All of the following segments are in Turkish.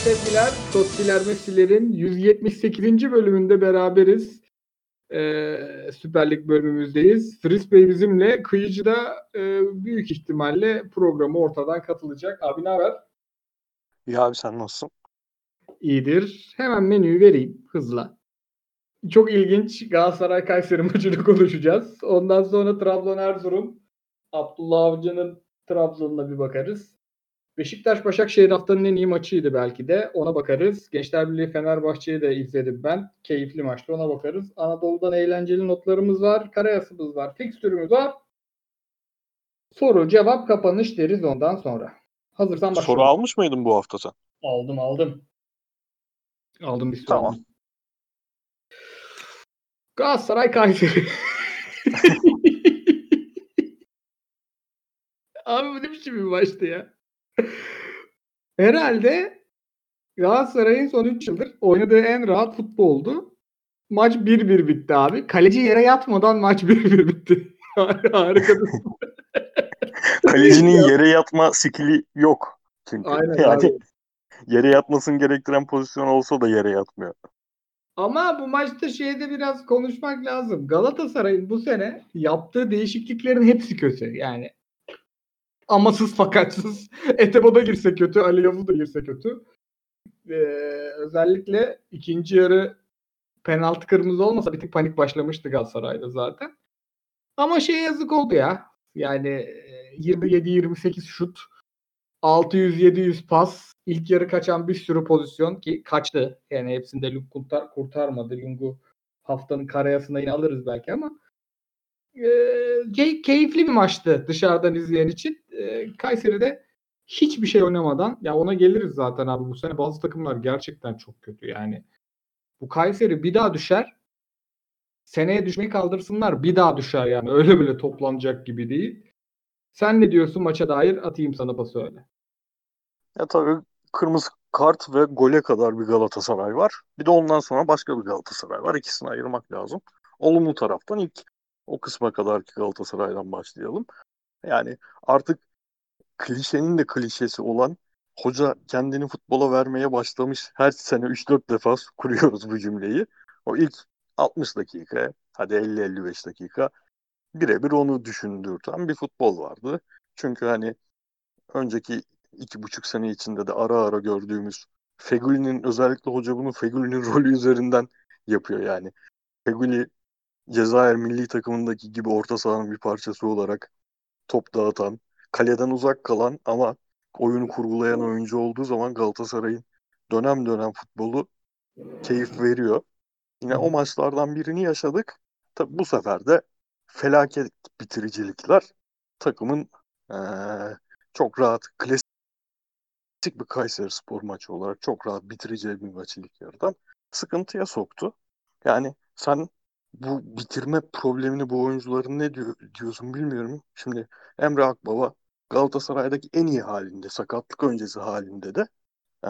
sevgiler. Tottiler Messi'lerin 178. bölümünde beraberiz. Süper Lig bölümümüzdeyiz. Fris Bey bizimle. Kıyıcı da büyük ihtimalle programı ortadan katılacak. Abi ne haber? İyi abi, sen nasılsın? İyidir. Hemen menüyü vereyim hızla. Çok ilginç Galatasaray Kayseri maçını konuşacağız. Ondan sonra Trabzon Erzurum. Abdullah Avcı'nın Trabzon'una bir bakarız. Beşiktaş Başakşehir haftanın en iyi maçıydı belki de. Ona bakarız. Gençler Birliği Fenerbahçe'yi de izledim ben. Keyifli maçtı. Ona bakarız. Anadolu'dan eğlenceli notlarımız var. Karayasımız var. Fikstürümüz var. Soru, cevap, kapanış deriz ondan sonra. Hazırsan başlayalım. Soru almış mıydın bu hafta sen? Aldım. Aldım bir soru. Tamam. Galatasaray Kayseri. Abi bu ne biçim bir maçtı ya? Herhalde Galatasaray'ın son 3 yıldır oynadığı en rahat futboldu. Maç 1-1 bitti abi. Kaleci yere yatmadan maç 1-1 bitti. Harika. Kalecinin yere yatma skili yok çünkü. Aynen Yani abi. yere yatmasını gerektiren pozisyon olsa da yere yatmıyor. Ama bu maçta şeyde biraz konuşmak lazım. Galatasaray'ın bu sene yaptığı değişikliklerin hepsi kötü. Yani amasız fakatsız. Etebo da girse kötü. Ali Yavuz da girse kötü. Özellikle ikinci yarı penaltı kırmızı olmasa bir tık panik başlamıştı Galatasaray'da zaten. Ama yazık oldu ya. Yani 27-28 şut, 600-700 pas, ilk yarı kaçan bir sürü pozisyon ki kaçtı. Yani hepsinde Lung kurtarmadı. Lung'u haftanın karayasına yine alırız belki ama keyifli bir maçtı dışarıdan izleyen için. Kayseri'de hiçbir şey oynamadan, ya ona geliriz zaten abi, bu sene bazı takımlar gerçekten çok kötü yani. Bu Kayseri bir daha düşer. Seneye düşmeyi kaldırsınlar, bir daha düşer yani. Öyle bile toplanacak gibi değil. Sen ne diyorsun maça dair? Atayım sana pası öyle. Ya tabii kırmızı kart ve gole kadar bir Galatasaray var. Bir de ondan sonra başka bir Galatasaray var. İkisini ayırmak lazım. Olumlu taraftan ilk o kısma kadarki Galatasaray'dan başlayalım. Yani artık klişenin de klişesi olan, hoca kendini futbola vermeye başlamış, her sene 3-4 defa kuruyoruz bu cümleyi. O ilk 60 dakika, hadi 50-55 dakika birebir onu düşündürten bir futbol vardı. Çünkü hani önceki 2,5 sene içinde de ara ara gördüğümüz Fegüli'nin, özellikle hoca bunu Fegüli'nin rolü üzerinden yapıyor yani. Fegüli Cezayir milli takımındaki gibi orta sahanın bir parçası olarak top dağıtan, kaleden uzak kalan ama oyunu kurgulayan oyuncu olduğu zaman Galatasaray'ın dönem dönem futbolu keyif veriyor. Yine o maçlardan birini yaşadık. Tabi bu sefer de felaket bitiricilikler takımın çok rahat, klasik bir Kayserispor maçı olarak çok rahat bitireceği bir maçı ilk yarıdan sıkıntıya soktu. Yani sen bu bitirme problemini bu oyuncuların diyorsun bilmiyorum. Şimdi Emre Akbaba Galatasaray'daki en iyi halinde, sakatlık öncesi halinde de eee,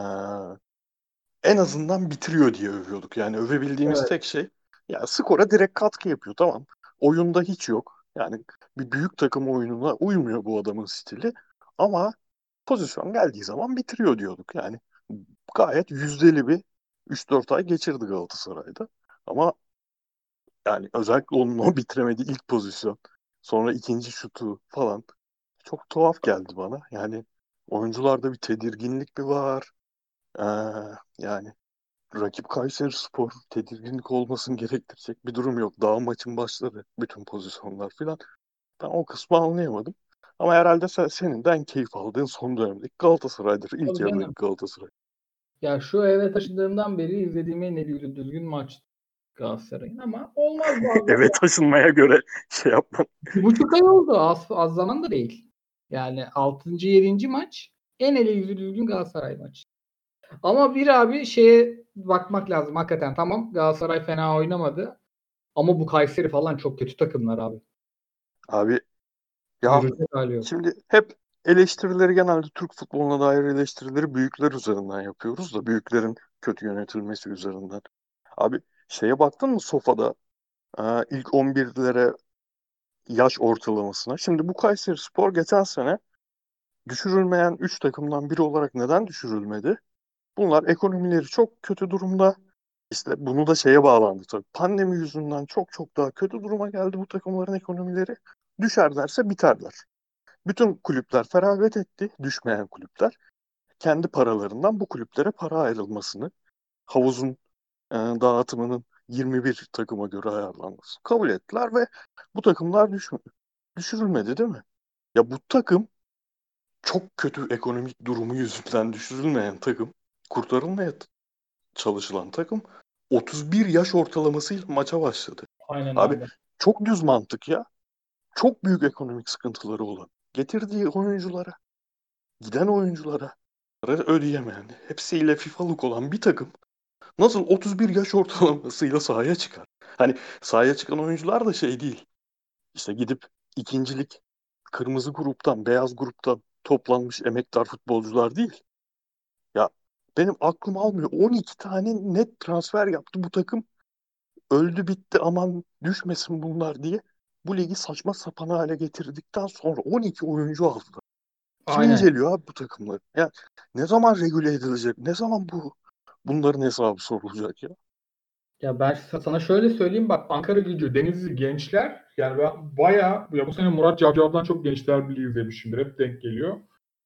en azından bitiriyor diye övüyorduk. Yani övebildiğimiz Evet. tek şey, ya skora direkt katkı yapıyor, tamam. Oyunda hiç yok. Yani bir büyük takım oyununa uymuyor bu adamın stili. Ama pozisyon geldiği zaman bitiriyor diyorduk. Yani gayet yüzdeli bir 3-4 ay geçirdi Galatasaray'da. Ama yani özellikle onun o bitiremediği ilk pozisyon, sonra ikinci şutu falan çok tuhaf geldi bana. Yani oyuncularda bir tedirginlik mi var? Ee, yani rakip Kayserispor, tedirginlik olmasını gerektirecek bir durum yok. Daha maçın başladı. Bütün pozisyonlar filan. Ben o kısmı anlayamadım. Ama herhalde senin de en keyif aldığın son dönemdeki Galatasaray'dır. İlk Tabii yarıdaki canım. Galatasaray. Ya şu eve taşındığımdan beri izlediğim en iyi düzgün maç Galatasaray'ın, ama olmaz bazen. Eve taşınmaya göre şey yapmam. 1,5 ay oldu. Az zaman da değil. Yani 6. 7. maç en eli yüzü düzgün Galatasaray maçı. Ama bir abi şeye bakmak lazım hakikaten. Tamam, Galatasaray fena oynamadı. Ama bu Kayseri falan çok kötü takımlar abi. Abi ya, Yürüyecek hali yok. şimdi hep eleştirileri, genelde Türk futboluna dair eleştirileri büyükler üzerinden yapıyoruz da, büyüklerin kötü yönetilmesi üzerinden. Abi şeye baktın mı Sofa'da ilk 11'lere yaş ortalamasına? Şimdi bu Kayserispor geçen sene düşürülmeyen 3 takımdan biri olarak neden düşürülmedi? Bunlar ekonomileri çok kötü durumda. İşte bunu da şeye bağlandı tabii. Pandemi yüzünden çok çok daha kötü duruma geldi bu takımların ekonomileri. Düşerlerse biterler. Bütün kulüpler feragat etti. Düşmeyen kulüpler. Kendi paralarından bu kulüplere para ayrılmasını, havuzun dağıtımının 21 takıma göre ayarlanması kabul ettiler ve bu takımlar düşürülmedi değil mi? Ya bu takım çok kötü ekonomik durumu yüzünden düşürülmeyen takım, kurtarılmaya çalışılan takım 31 yaş ortalamasıyla maça başladı. Aynen Abi abi. çok düz mantık ya. Çok büyük ekonomik sıkıntıları olan. Getirdiği oyunculara, giden oyunculara ödeyemeyen, hepsiyle FIFA'lık olan bir takım nasıl 31 yaş ortalamasıyla sahaya çıkar? Hani sahaya çıkan oyuncular da şey değil. İşte gidip ikincilik kırmızı gruptan, beyaz gruptan toplanmış emektar futbolcular değil. Ya benim aklım almıyor. 12 tane net transfer yaptı bu takım. Öldü bitti aman düşmesin bunlar diye. Bu ligi saçma sapan hale getirdikten sonra 12 oyuncu aldı. Kim Aynen. inceliyor abi bu takımları? Ya ne zaman regüle edilecek? Ne zaman bunların hesabı sorulacak ya? Ya ben sana şöyle söyleyeyim, bak, Ankara Gücü, Denizli gençler, yani ben bayağı, ya bu sene Murat Cavcav'dan çok Gençler Birliği izlemişimdir. Hep denk geliyor.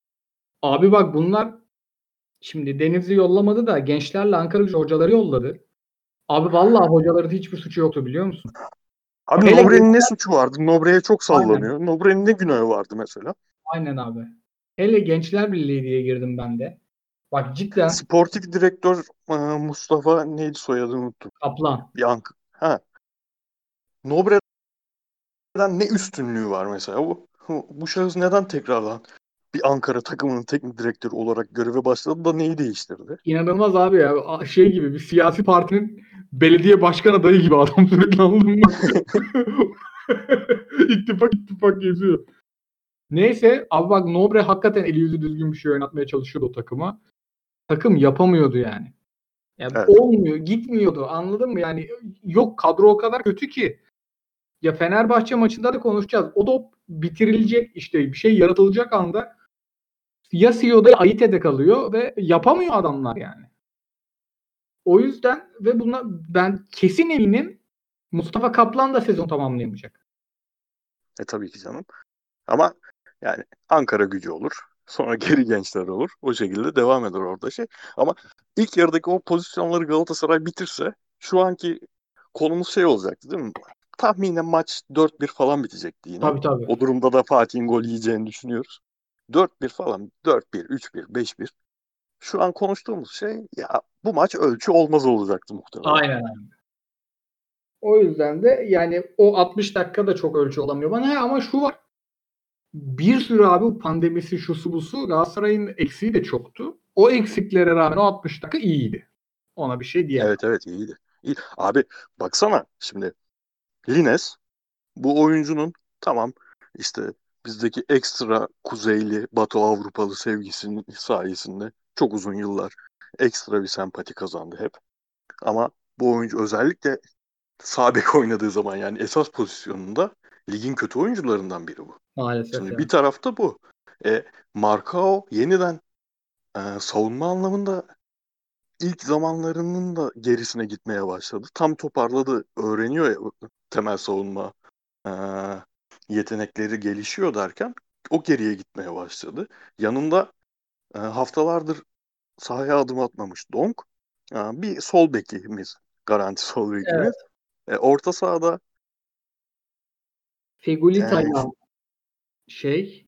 Abi bak, bunlar şimdi Denizli yollamadı da gençlerle Ankara Gücü hocaları yolladı. Abi vallahi hocaların hiçbir suçu yoktu, biliyor musun? Abi Hele Nobre'nin ne suçu vardı? Nobre'ye çok aynen, sallanıyor. Nobre'nin ne günahı vardı mesela? aynen abi. Hele Gençler Birliği diye girdim ben de. Bak cidden Sportif direktör Mustafa neydi soyadını unuttum. Kaplan. Bir Ha. Nobre'den ne üstünlüğü var mesela? Bu şahıs neden tekrardan bir Ankara takımının teknik direktörü olarak göreve başladı da neyi değiştirdi? İnanılmaz abi ya. Şey gibi, bir siyasi partinin belediye başkan adayı gibi adam, sürekli, anladın mı? İttifak ittifak geziyor. Neyse abi bak, Nobre hakikaten eli yüzü düzgün bir şey oynatmaya çalışıyordu o takıma. Takım yapamıyordu yani. Yani Evet. olmuyor, gitmiyordu, anladın mı? Yani yok, kadro o kadar kötü ki. Ya Fenerbahçe maçında da konuşacağız. O top bitirilecek, işte bir şey yaratılacak anda ya CEO'da Ayite'de kalıyor ve yapamıyor adamlar yani. O yüzden ve buna ben kesin eminim, Mustafa Kaplan da sezon tamamlayamayacak. Tabii ki canım. Ama yani Ankara Gücü olur. Sonra geri gençler olur. O şekilde devam eder orada şey. Ama ilk yarıdaki o pozisyonları Galatasaray bitirse şu anki konumuz şey olacaktı değil mi? Tahminen maç 4-1 falan bitecekti yine. Tabii tabii. O durumda da Fatih'in gol yiyeceğini düşünüyoruz. 4-1 falan, 4-1, 3-1, 5-1. Şu an konuştuğumuz şey ya bu maç ölçü olmaz olacaktı muhtemelen. Aynen. O yüzden de yani o 60 dakika da çok ölçü olamıyor bana, ama şu var. Bir sürü abi, bu pandemisi, şusu busu, Galatasaray'ın eksiği de çoktu. O eksiklere rağmen o 60 dakika iyiydi. Ona bir şey diyemem. Evet evet iyiydi. İyi. Abi baksana şimdi Lines bu oyuncunun tamam işte bizdeki ekstra kuzeyli Batı Avrupalı sevgisinin sayesinde çok uzun yıllar ekstra bir sempati kazandı hep. Ama bu oyuncu özellikle sağ bek oynadığı zaman yani esas pozisyonunda ligin kötü oyuncularından biri bu. Maalesef Şimdi ya. bir tarafta bu. Marcao yeniden savunma anlamında ilk zamanlarının da gerisine gitmeye başladı. Tam toparladı, öğreniyor ya, temel savunma e, yetenekleri gelişiyor derken o geriye gitmeye başladı. Yanında haftalardır sahaya adım atmamış Donk. Bir sol bekimiz, garanti sol Evet. bekimiz. Orta sahada e, Fegülita'yla şey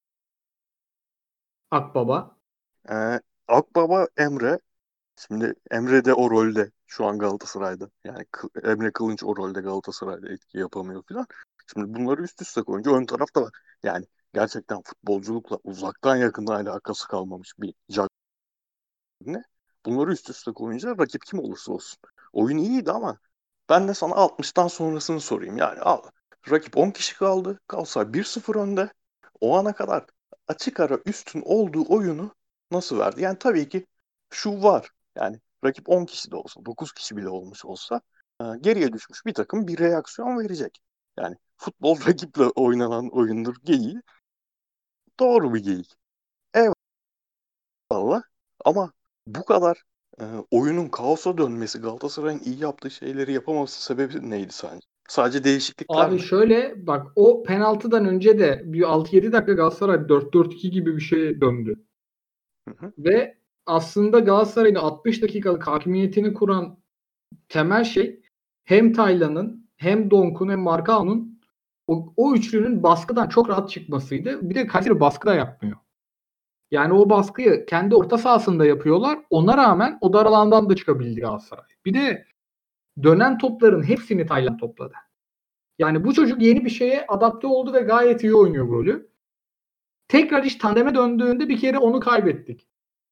Akbaba. e, Akbaba Emre. Şimdi Emre de o rolde şu an Galatasaray'da. Yani Emre Kılınç o rolde Galatasaray'da etki yapamıyor falan. Şimdi bunları üst üste koyunca ön tarafta var. Yani gerçekten futbolculukla uzaktan yakından alakası kalmamış bir Cagne. Bunları üst üste koyunca rakip kim olursa olsun. Oyun iyiydi ama ben de sana 60'tan sonrasını sorayım. Yani al. Rakip 10 kişi kaldı. Galatasaray 1-0 önde. O ana kadar açık ara üstün olduğu oyunu nasıl verdi? Yani tabii ki şu var. Yani rakip 10 kişi de olsa, 9 kişi bile olmuş olsa geriye düşmüş bir takım bir reaksiyon verecek. Yani futbol rakiple oynanan oyundur geyiği. Doğru bir geyik. Eyvallah. Ama bu kadar oyunun kaosa dönmesi, Galatasaray'ın iyi yaptığı şeyleri yapamaması sebebi neydi sence? Sadece değişiklikler Abi mi? şöyle bak, o penaltıdan önce de bir 6-7 dakika Galatasaray 4-4-2 gibi bir şeye döndü. Hı hı. Ve aslında Galatasaray'ın 60 dakikalık hakimiyetini kuran temel şey hem Taylan'ın hem Donk'un hem Markao'nun o üçlünün baskıdan çok rahat çıkmasıydı. Bir de Kayseri baskı da yapmıyor. Yani o baskıyı kendi orta sahasında yapıyorlar. Ona rağmen o dar alandan da çıkabildi Galatasaray. Bir de dönen topların hepsini Taylan topladı. Yani bu çocuk yeni bir şeye adapte oldu ve gayet iyi oynuyor bu rolü. Tekrar iş tandeme döndüğünde bir kere onu kaybettik.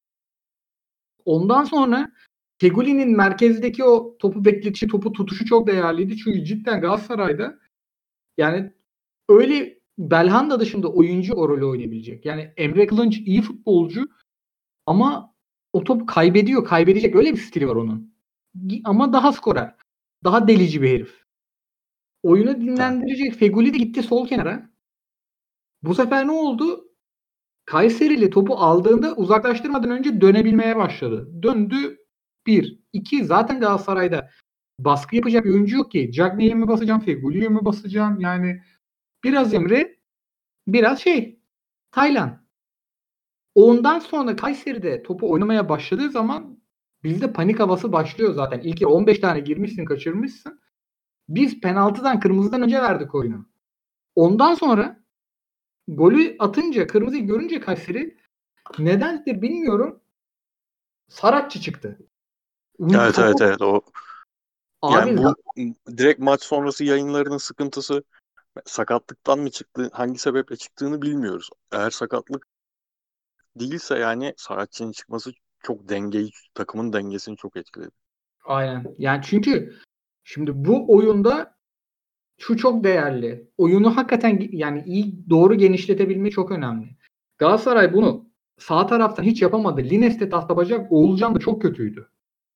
Ondan sonra Feguli'nin merkezdeki o topu bekletişi, topu tutuşu çok değerliydi. Çünkü cidden Galatasaray'da yani öyle Belhanda dışında oyuncu o rolü oynayabilecek. Yani Emre Kılınç iyi futbolcu ama o topu kaybediyor, kaybedecek. Öyle bir stili var onun. Ama daha skorer. Daha delici bir herif. Oyunu Evet. dinlendirecek. Feguli de gitti sol kenara. Bu sefer ne oldu? Kayserili topu aldığında uzaklaştırmadan önce dönebilmeye başladı. Döndü, bir. İki, zaten Galatasaray'da baskı yapacak bir oyuncu yok ki. Cagney'e mi basacağım, Fegüli'ye mi basacağım? Yani biraz Emre, biraz Taylan. Ondan sonra Kayseri'de topu oynamaya başladığı zaman bizde panik havası başlıyor zaten. İlk yarı 15 tane girmişsin, kaçırmışsın. Biz penaltıdan, kırmızıdan önce verdik oyunu. Ondan sonra golü atınca, kırmızıyı görünce Kayseri, nedendir bilmiyorum, Saratçı çıktı. Evet, evet, evet. O Abi yani bu direkt maç sonrası yayınlarının sıkıntısı sakatlıktan mı çıktı, hangi sebeple çıktığını bilmiyoruz. Eğer sakatlık değilse yani Saratçı'nın çıkması çok dengeyi, takımın dengesini çok etkiledi. aynen. Yani çünkü şimdi bu oyunda şu çok değerli. Oyunu hakikaten yani iyi, doğru genişletebilmek çok önemli. Galatasaray bunu sağ taraftan hiç yapamadı. Lines de tahta bacak, Oğulcan da çok kötüydü.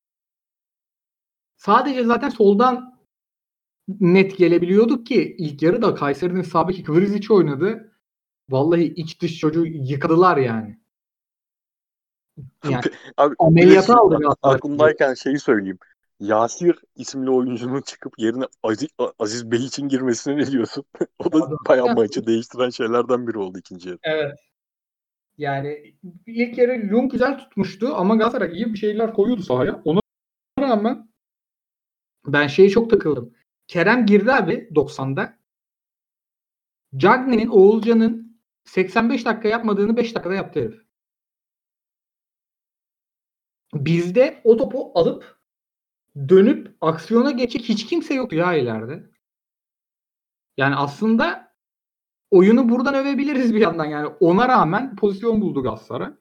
Sadece zaten soldan net gelebiliyorduk ki ilk yarıda Kayseri'nin sağ beki Kıvırzic oynadı. Vallahi iç dış çocuğu yıkadılar yani. Yani Abi bir de ameliyata aldı Galatasaray çocuğu. aklımdayken şeyi söyleyeyim. Yasir isimli oyuncunun çıkıp yerine Aziz Bey için girmesine ne diyorsun? O da bayağı maçı değiştiren şeylerden biri oldu ikinci yarı. Evet. Yani ilk yarı Lyon güzel tutmuştu ama Galatasaray iyi bir şeyler koyuyordu sahaya. Ona rağmen ben şeye çok takıldım. Kerem girdi abi 90'da. Cagney'in, Oğulcan'ın 85 dakika yapmadığını 5 dakikada yaptı herif. Bizde o topu alıp dönüp aksiyona geçecek hiç kimse yok ya ileride. Yani aslında oyunu buradan övebiliriz bir yandan. Yani ona rağmen pozisyon buldu Galatasaray.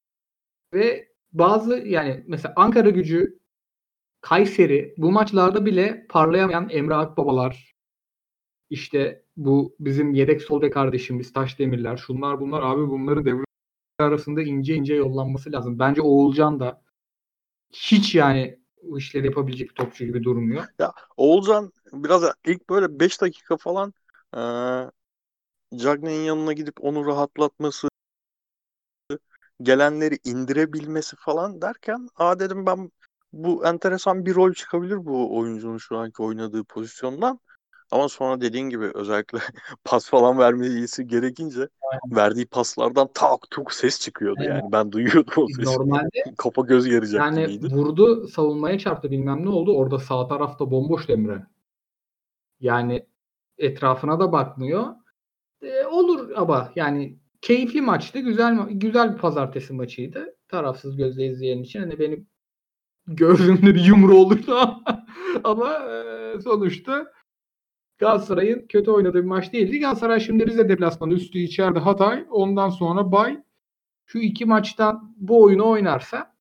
Ve bazı yani mesela Ankaragücü, Kayseri bu maçlarda bile parlayamayan Emre Akbabalar, işte bu bizim yedek sol bek kardeşimiz Taşdemirler, şunlar bunlar abi, bunların devre arasında ince ince yollanması lazım. Bence Oğulcan da hiç yani bu işleri yapabilecek bir topçu gibi durmuyor. Ya Oğulcan biraz ilk böyle 5 dakika falan eee Cagney'in yanına gidip onu rahatlatması, gelenleri indirebilmesi falan derken dedim ben bu enteresan bir rol çıkabilir bu oyuncunun şu anki oynadığı pozisyondan. Ama sonra dediğin gibi özellikle pas falan vermesi gerekince verdiği paslardan tak tuk ses çıkıyordu Yani yani. Ben duyuyordum o sesi. normalde Kafa göz yarayacak yani gibiydi. vurdu, savunmaya çarptı, bilmem ne oldu. Orada sağ tarafta bomboş Emre. Yani etrafına da bakmıyor. Olur ama yani keyifli maçtı. Güzel bir pazartesi maçıydı. Tarafsız gözle izleyen için. Hani benim gözümde bir yumru olurdu ama sonuçta Galatasaray'ın kötü oynadığı bir maç değildi. Galatasaray şimdi Rize deplasmanı, üstü içeride Hatay. Ondan sonra bay. Şu iki maçtan bu oyunu oynarsa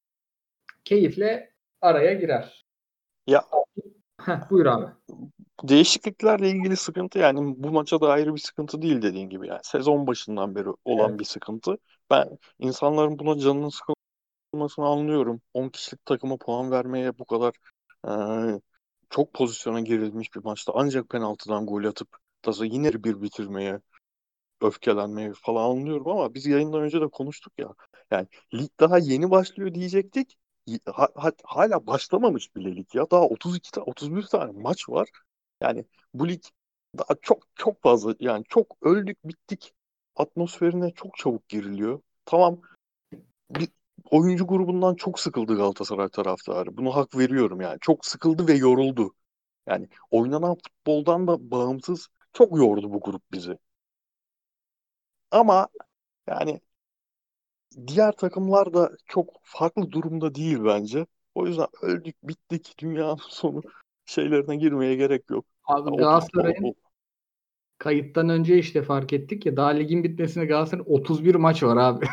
keyifle araya girer. Ya Buyur abi. değişikliklerle ilgili sıkıntı yani bu maça da ayrı bir sıkıntı değil dediğin gibi yani. Sezon başından beri olan Evet. bir sıkıntı. Ben insanların buna canının sıkılmasını anlıyorum. 10 kişilik takıma puan vermeye bu kadar e, çok pozisyona girilmiş bir maçta ancak penaltıdan gol atıp tasa yine bir bitirmeye, öfkelenmeye falan anlıyorum ama biz yayından önce de konuştuk ya. Yani lig daha yeni başlıyor diyecektik. hala başlamamış bile lig ya. Daha 31 tane maç var. Yani bu lig daha çok çok fazla, yani çok öldük bittik atmosferine çok çabuk giriliyor. Tamam, bir oyuncu grubundan çok sıkıldı Galatasaray taraftarı. Bunu hak veriyorum yani. Çok sıkıldı ve yoruldu. Yani oynanan futboldan da bağımsız çok yordu bu grup bizi. Ama yani diğer takımlar da çok farklı durumda değil bence. O yüzden öldük, bittik, dünyanın sonu şeylerine girmeye gerek yok. Abi O futbol, Galatasaray'ın kayıttan önce işte fark ettik ya daha ligin bitmesine Galatasaray'ın 31 maç var abi.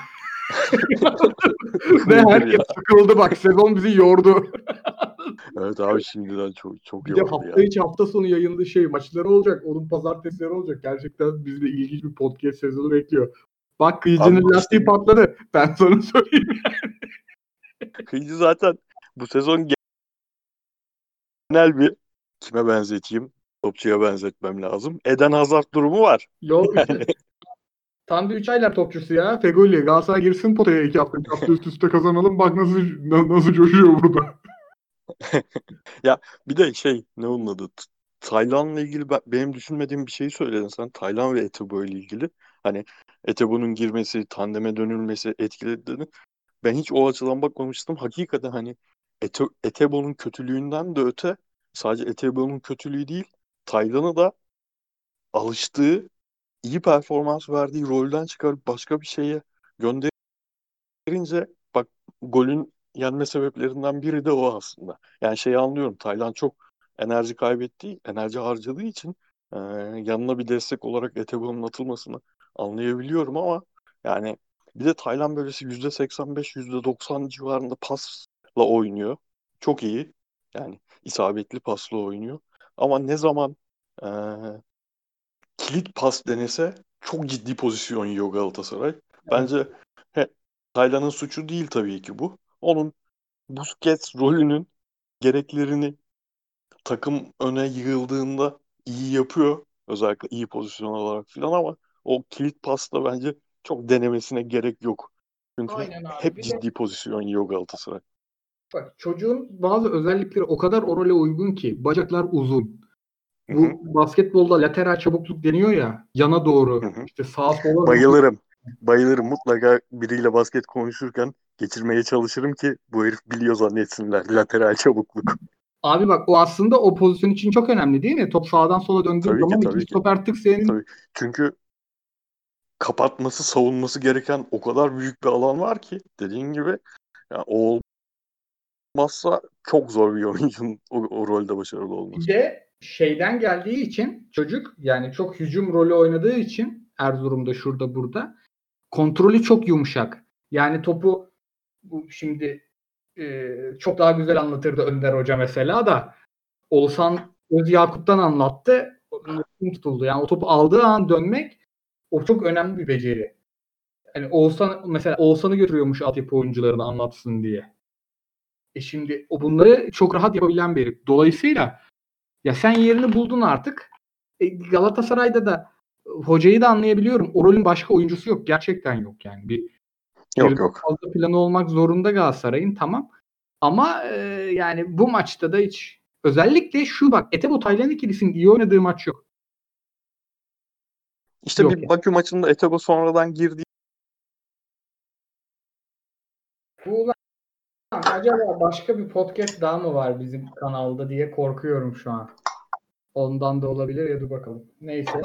bu Ve nedir herkes ya? sıkıldı bak sezon bizi yordu. Evet abi, şimdiden çok çok Bir de yordu hafta ya. içi hafta sonu yayında şey maçları olacak. Onun pazartesileri olacak. Gerçekten bizi de ilginç bir podcast sezonu bekliyor. Bak Abi kıyıcının işte lastiği patladı. Ben sana söyleyeyim. Kıyıcı zaten bu sezon genel bir, kime benzeteyim? Topçuya benzetmem lazım. Eden Hazard durumu var. Yo işte Yani tam bir 3 aylar topçusu ya. Fegoli. Galatasaray girsin potaya 2 hafta. 2 hafta üst üste kazanalım. Bak nasıl coşuyor burada. ya bir de şey, ne onun adı? Taylan'la ilgili benim düşünmediğim bir şeyi söyledin sen. Taylan ve Etebo ile ilgili. Hani Etebo'nun girmesi, tandeme dönülmesi etkiledi. Ben hiç o açıdan bakmamıştım. Hakikaten hani Etebo'nun kötülüğünden de öte, sadece Etebo'nun kötülüğü değil, Taylan'ı da alıştığı, iyi performans verdiği rolden çıkarıp başka bir şeye gönderince bak, golün yenme sebeplerinden biri de o aslında. Yani şeyi anlıyorum. Taylan çok enerji kaybettiği, enerji harcadığı için yanına bir destek olarak Etebo'nun atılmasını anlayabiliyorum ama yani bir de Taylan böylesi %85, %90 civarında pasla oynuyor. Çok iyi. Yani isabetli pasla oynuyor. Ama ne zaman e, kilit pas denese çok ciddi pozisyon yiyor Galatasaray. Evet. Bence Taylan'ın suçu değil tabii ki bu. Onun Busquets rolünün gereklerini takım öne yığıldığında iyi yapıyor. Özellikle iyi pozisyon olarak falan, ama o kilit pasta bence çok denemesine gerek yok. Çünkü Aynen abi. hep Bir de ciddi pozisyon yiyor Galatasaray. bak çocuğun bazı özellikleri o kadar o role uygun ki. Bacaklar uzun. Hı hı, Bu basketbolda lateral çabukluk deniyor ya. Yana hı doğru. hı. İşte sağa sola hızlı. Bayılırım. Bayılırım. Mutlaka biriyle basket konuşurken geçirmeye çalışırım ki bu herif biliyor zannetsinler. Lateral çabukluk. Abi bak o aslında o pozisyon için çok önemli değil mi? Top sağdan sola döndüğü Tabii ki, zaman iki tabii ki. stoper tık senin Tabii. Çünkü kapatması, savunması gereken o kadar büyük bir alan var ki, dediğin gibi, yani o olmazsa çok zor bir oyuncunun o rolde başarılı bir olması. de şeyden geldiği için çocuk yani çok hücum rolü oynadığı için Erzurum'da şurada burada kontrolü çok yumuşak. Yani topu bu şimdi çok daha güzel anlatırdı Önder Hoca mesela da Oğuzhan Özyakup'tan anlattı. Nefesim tutuldu. Yani o topu aldığı an dönmek o çok önemli bir beceri. Yani Oğuzhan mesela Oğuzhan'ı götürüyormuş altyapı oyuncularını anlatsın diye. Şimdi o bunları çok rahat yapabilen biri. Dolayısıyla ya sen yerini buldun artık. Galatasaray'da da hocayı da anlayabiliyorum. O rolün başka oyuncusu yok. Gerçekten yok yani. Yok, Birden yok. fazla planı olmak zorunda Galatasaray'ın tamam. Ama yani bu maçta da hiç özellikle şu bak Etebo Taylan ikilisinin iyi oynadığı maç yok. İşte Yok bir yani. Bakü maçında Etebo sonradan girdi. Bu acaba başka bir podcast daha mı var bizim kanalda diye korkuyorum şu an. Ondan da olabilir ya dur bakalım. Neyse.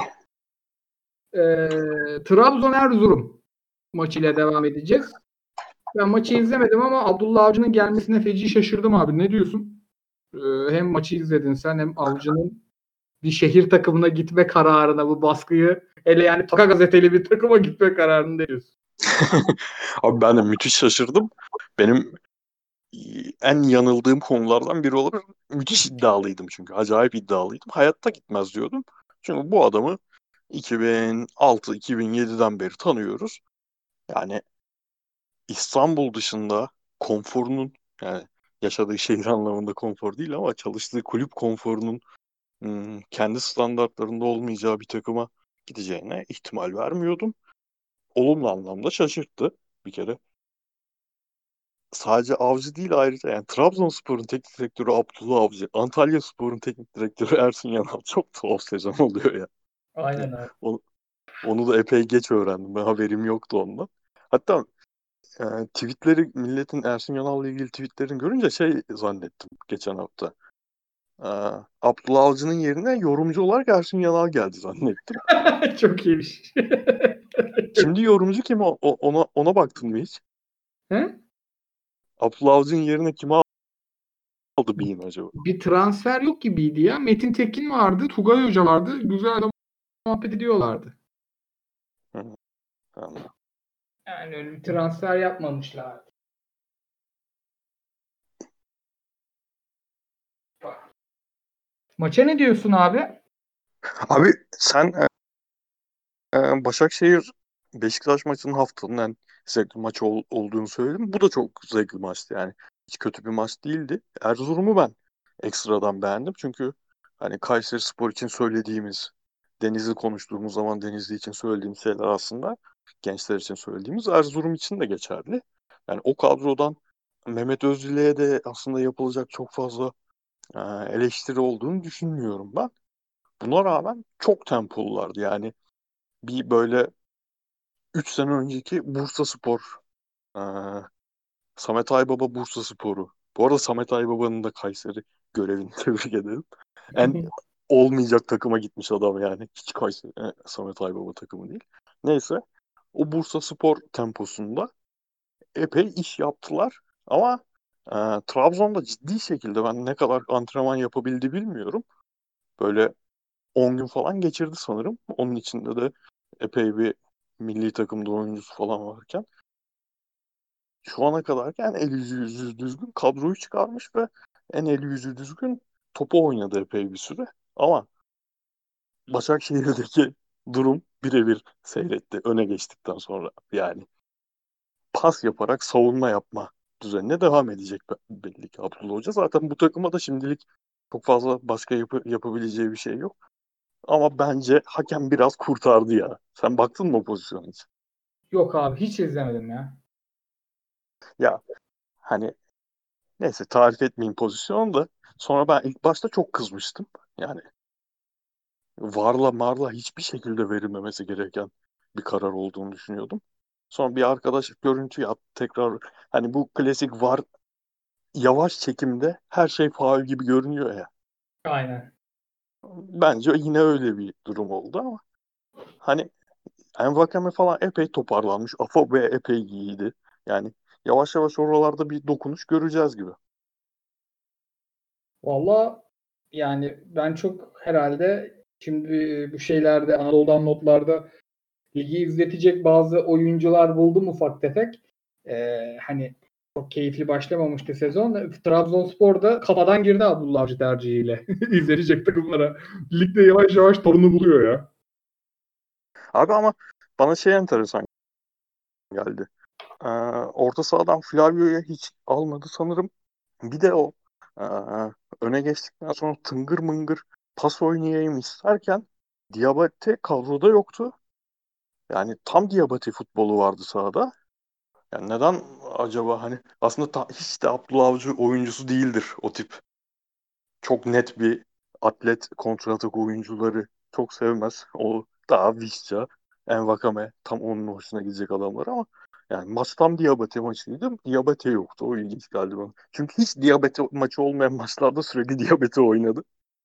Trabzon Erzurum maçıyla devam edeceğiz. Ben maçı izlemedim ama Abdullah Avcı'nın gelmesine feci şaşırdım abi. Ne diyorsun? Hem maçı izledin sen hem Avcı'nın bir şehir takımına gitme kararına bu baskıyı hele yani Toka gazeteli bir takıma gitme kararını diyorsun. Abi ben de müthiş şaşırdım. Benim en yanıldığım konulardan biri olur. Müthiş iddialıydım çünkü. Acayip iddialıydım. Hayatta gitmez diyordum. Çünkü bu adamı 2006-2007'den beri tanıyoruz. Yani İstanbul dışında konforunun, yani yaşadığı şehir anlamında konfor değil ama çalıştığı kulüp konforunun kendi standartlarında olmayacağı bir takıma gideceğine ihtimal vermiyordum. Olumlu anlamda şaşırttı bir kere. sadece Avcı değil ayrıca yani Trabzonspor'un teknik direktörü Abdullah Avcı, Antalyaspor'un teknik direktörü Ersun Yanal çok tuhaf sezon oluyor ya. Aynen abi. Onu, onu da epey geç öğrendim. Ben haberim yoktu ondan. Hatta tweetleri milletin Ersun Yanal'la ilgili tweetlerini görünce şey zannettim geçen hafta. E, Abdullah Avcı'nın yerine yorumcu olarak Ersun Yanal geldi zannettim. Çok iyiymiş. Şimdi yorumcu kim ona baktın mı hiç? He? Abdullah Avcı'nın yerine kimi aldı Bean acaba? Bir transfer yok gibiydi ya. Metin Tekin vardı, Tugay Hoca vardı. Güzel de muhabbet ediyorlardı. Hı, anladım. Yani öyle bir transfer yapmamışlar. Maça ne diyorsun abi? Abi sen Başakşehir Beşiktaş maçının haftanın en zevkli maçı olduğunu söyledim. Bu da çok zevkli maçtı yani. Hiç kötü bir maç değildi. Erzurum'u ben ekstradan beğendim. Çünkü hani Kayserispor için söylediğimiz, Denizli konuştuğumuz zaman Denizli için söylediğimiz şeyler aslında gençler için söylediğimiz Erzurum için de geçerli. Yani o kadrodan Mehmet Özdile'ye de aslında yapılacak çok fazla e, eleştiri olduğunu düşünmüyorum ben. Buna rağmen çok tempolulardı. Yani bir böyle 3 sene önceki Bursaspor, e, Samet Aybaba Bursaspor'u. Bu arada Samet Aybaba'nın da Kayseri görevini tebrik ederim. En olmayacak takıma gitmiş adam yani. Hiç Kayseri, Samet Aybaba takımı değil. Neyse o Bursaspor temposunda epey iş yaptılar. Ama Trabzon'da ciddi şekilde ben ne kadar antrenman yapabildi bilmiyorum. Böyle 10 gün falan geçirdi sanırım. Onun içinde de epey bir milli takımda oyuncusu falan varken. Şu ana kadar yani el yüzü düzgün kadroyu çıkarmış ve en el yüzü düzgün topu oynadı epey bir süre. Ama Başakşehir'deki durum birebir seyretti öne geçtikten sonra. Yani pas yaparak savunma yapma düzenine devam edecek belli ki Abdullah Hoca. Zaten bu takıma da şimdilik çok fazla başka yapabileceği bir şey yok. Ama bence hakem biraz kurtardı ya. Sen baktın mı o pozisyona hiç? Yok abi hiç izlemedim ya. Ya hani neyse tarif etmeyeyim pozisyonu da sonra ben ilk başta çok kızmıştım. Yani VAR'la MAR'la hiçbir şekilde verilmemesi gereken bir karar olduğunu düşünüyordum. Sonra bir arkadaş görüntüyü attı tekrar hani bu klasik VAR yavaş çekimde her şey faul gibi görünüyor ya. Aynen. Bence yine öyle bir durum oldu ama hani Envakame falan epey toparlanmış. Afobe epey iyiydi. Yani yavaş yavaş oralarda bir dokunuş göreceğiz gibi. Valla yani ben çok herhalde şimdi bu şeylerde Anadolu'dan notlarda ligi izletecek bazı oyuncular buldum ufak tefek. Hani çok keyifli başlamamıştı sezon. Trabzonspor'da kafadan girdi Abdullah Avcı tercihiyle. İzletecek takımlara. Ligde yavaş yavaş torunu buluyor ya. Abi ama bana şey enteresan geldi. Orta sahadan Flavio'ya hiç almadı sanırım. Bir de o ee, öne geçtikten sonra tıngır mıngır pas oynayayım isterken Diabate kadroda yoktu. Yani tam Diabate futbolu vardı sahada. Yani neden acaba hani aslında hiç de Abdullah Avcı oyuncusu değildir o tip. Çok net bir atlet kontratak oyuncuları çok sevmez. O daha Visca, Envakame tam onun hoşuna gidecek adamlar ama yani maç tam Diabate maçıydı. Diabate yoktu. O ilginç geldi bana. Çünkü hiç Diabate maçı olmayan maçlarda sürekli Diabate oynadı.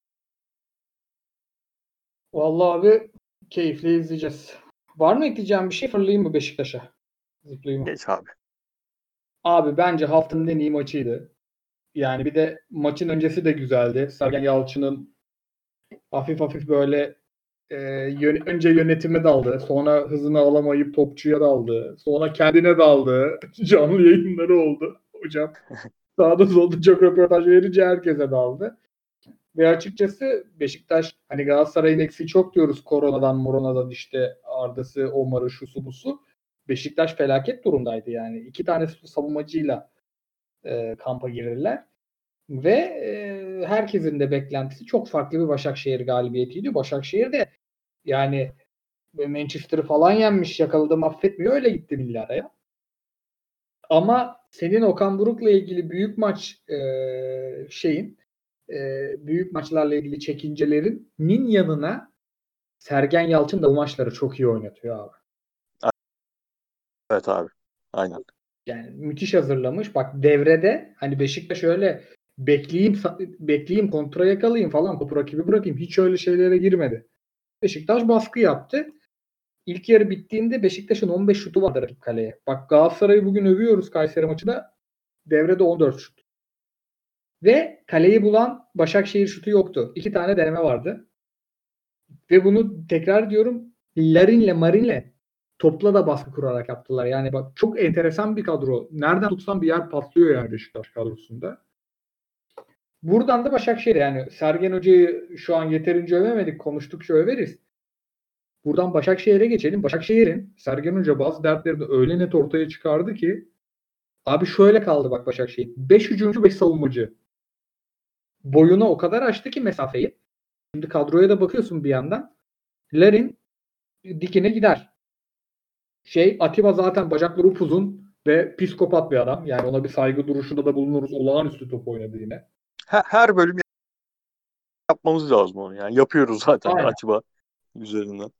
Vallahi abi keyifli izleyeceğiz. Var mı ekleyeceğim bir şey? Fırlayayım mı Beşiktaş'a? Zıplayayım mı? Geç abi. Abi bence haftanın en iyi maçıydı. Yani bir de maçın öncesi de güzeldi. Sergen Yalçın'ın hafif hafif böyle önce yönetime daldı. Sonra hızını alamayıp topçuya daldı. Sonra kendine daldı. Canlı yayınları oldu. Hocam sağda solda çok röportaj verince herkese daldı. Ve açıkçası Beşiktaş hani Galatasaray'ın eksiği çok diyoruz koronadan işte Arda'sı, Omar'ı, şusu busu. Beşiktaş felaket durumdaydı yani. İki tane savunmacıyla kampa girirler. Ve herkesin de beklentisi çok farklı bir Başakşehir galibiyetiydi. Başakşehir de yani Manchester'ı falan yenmiş, yakaladım affetmiyor, öyle gitti milli araya. Ama senin Okan Buruk'la ilgili büyük maç büyük maçlarla ilgili çekincelerinin yanına Sergen Yalçın da bu maçları çok iyi oynatıyor abi. Evet abi. Aynen. Yani müthiş hazırlamış. Bak devrede hani Beşiktaş öyle bekleyeyim kontra yakalayayım falan topu rakibi bırakayım. Hiç öyle şeylere girmedi. Beşiktaş baskı yaptı. İlk yarı bittiğinde Beşiktaş'ın 15 şutu vardı rakip kaleye. Bak Galatasaray'ı bugün övüyoruz Kayseri maçında. Devrede 14 şut. Ve kaleyi bulan Başakşehir şutu yoktu. 2 tane deneme vardı. Ve bunu tekrar diyorum Larin'le Marin'le topla da baskı kurarak yaptılar. Yani bak çok enteresan bir kadro. Nereden tutsan bir yer patlıyor yani Beşiktaş kadrosunda. Buradan da Başakşehir yani Sergen Hoca'yı şu an yeterince övemedik. Konuştukça överiz. Buradan Başakşehir'e geçelim. Başakşehir'in Sergen Hoca bazı dertlerini öyle net ortaya çıkardı ki abi şöyle kaldı bak Başakşehir. 5 hücumcu 5 savunmacı. Boyuna o kadar açtı ki mesafeyi. Şimdi kadroya da bakıyorsun bir yandan. Larin dikine gider. Atiba zaten bacakları upuzun ve psikopat bir adam. Yani ona bir saygı duruşunda da bulunuruz. Olağanüstü top oynadı yine. Her bölüm yapmamız lazım onu. Yani yapıyoruz zaten Aynen. Atiba üzerinden.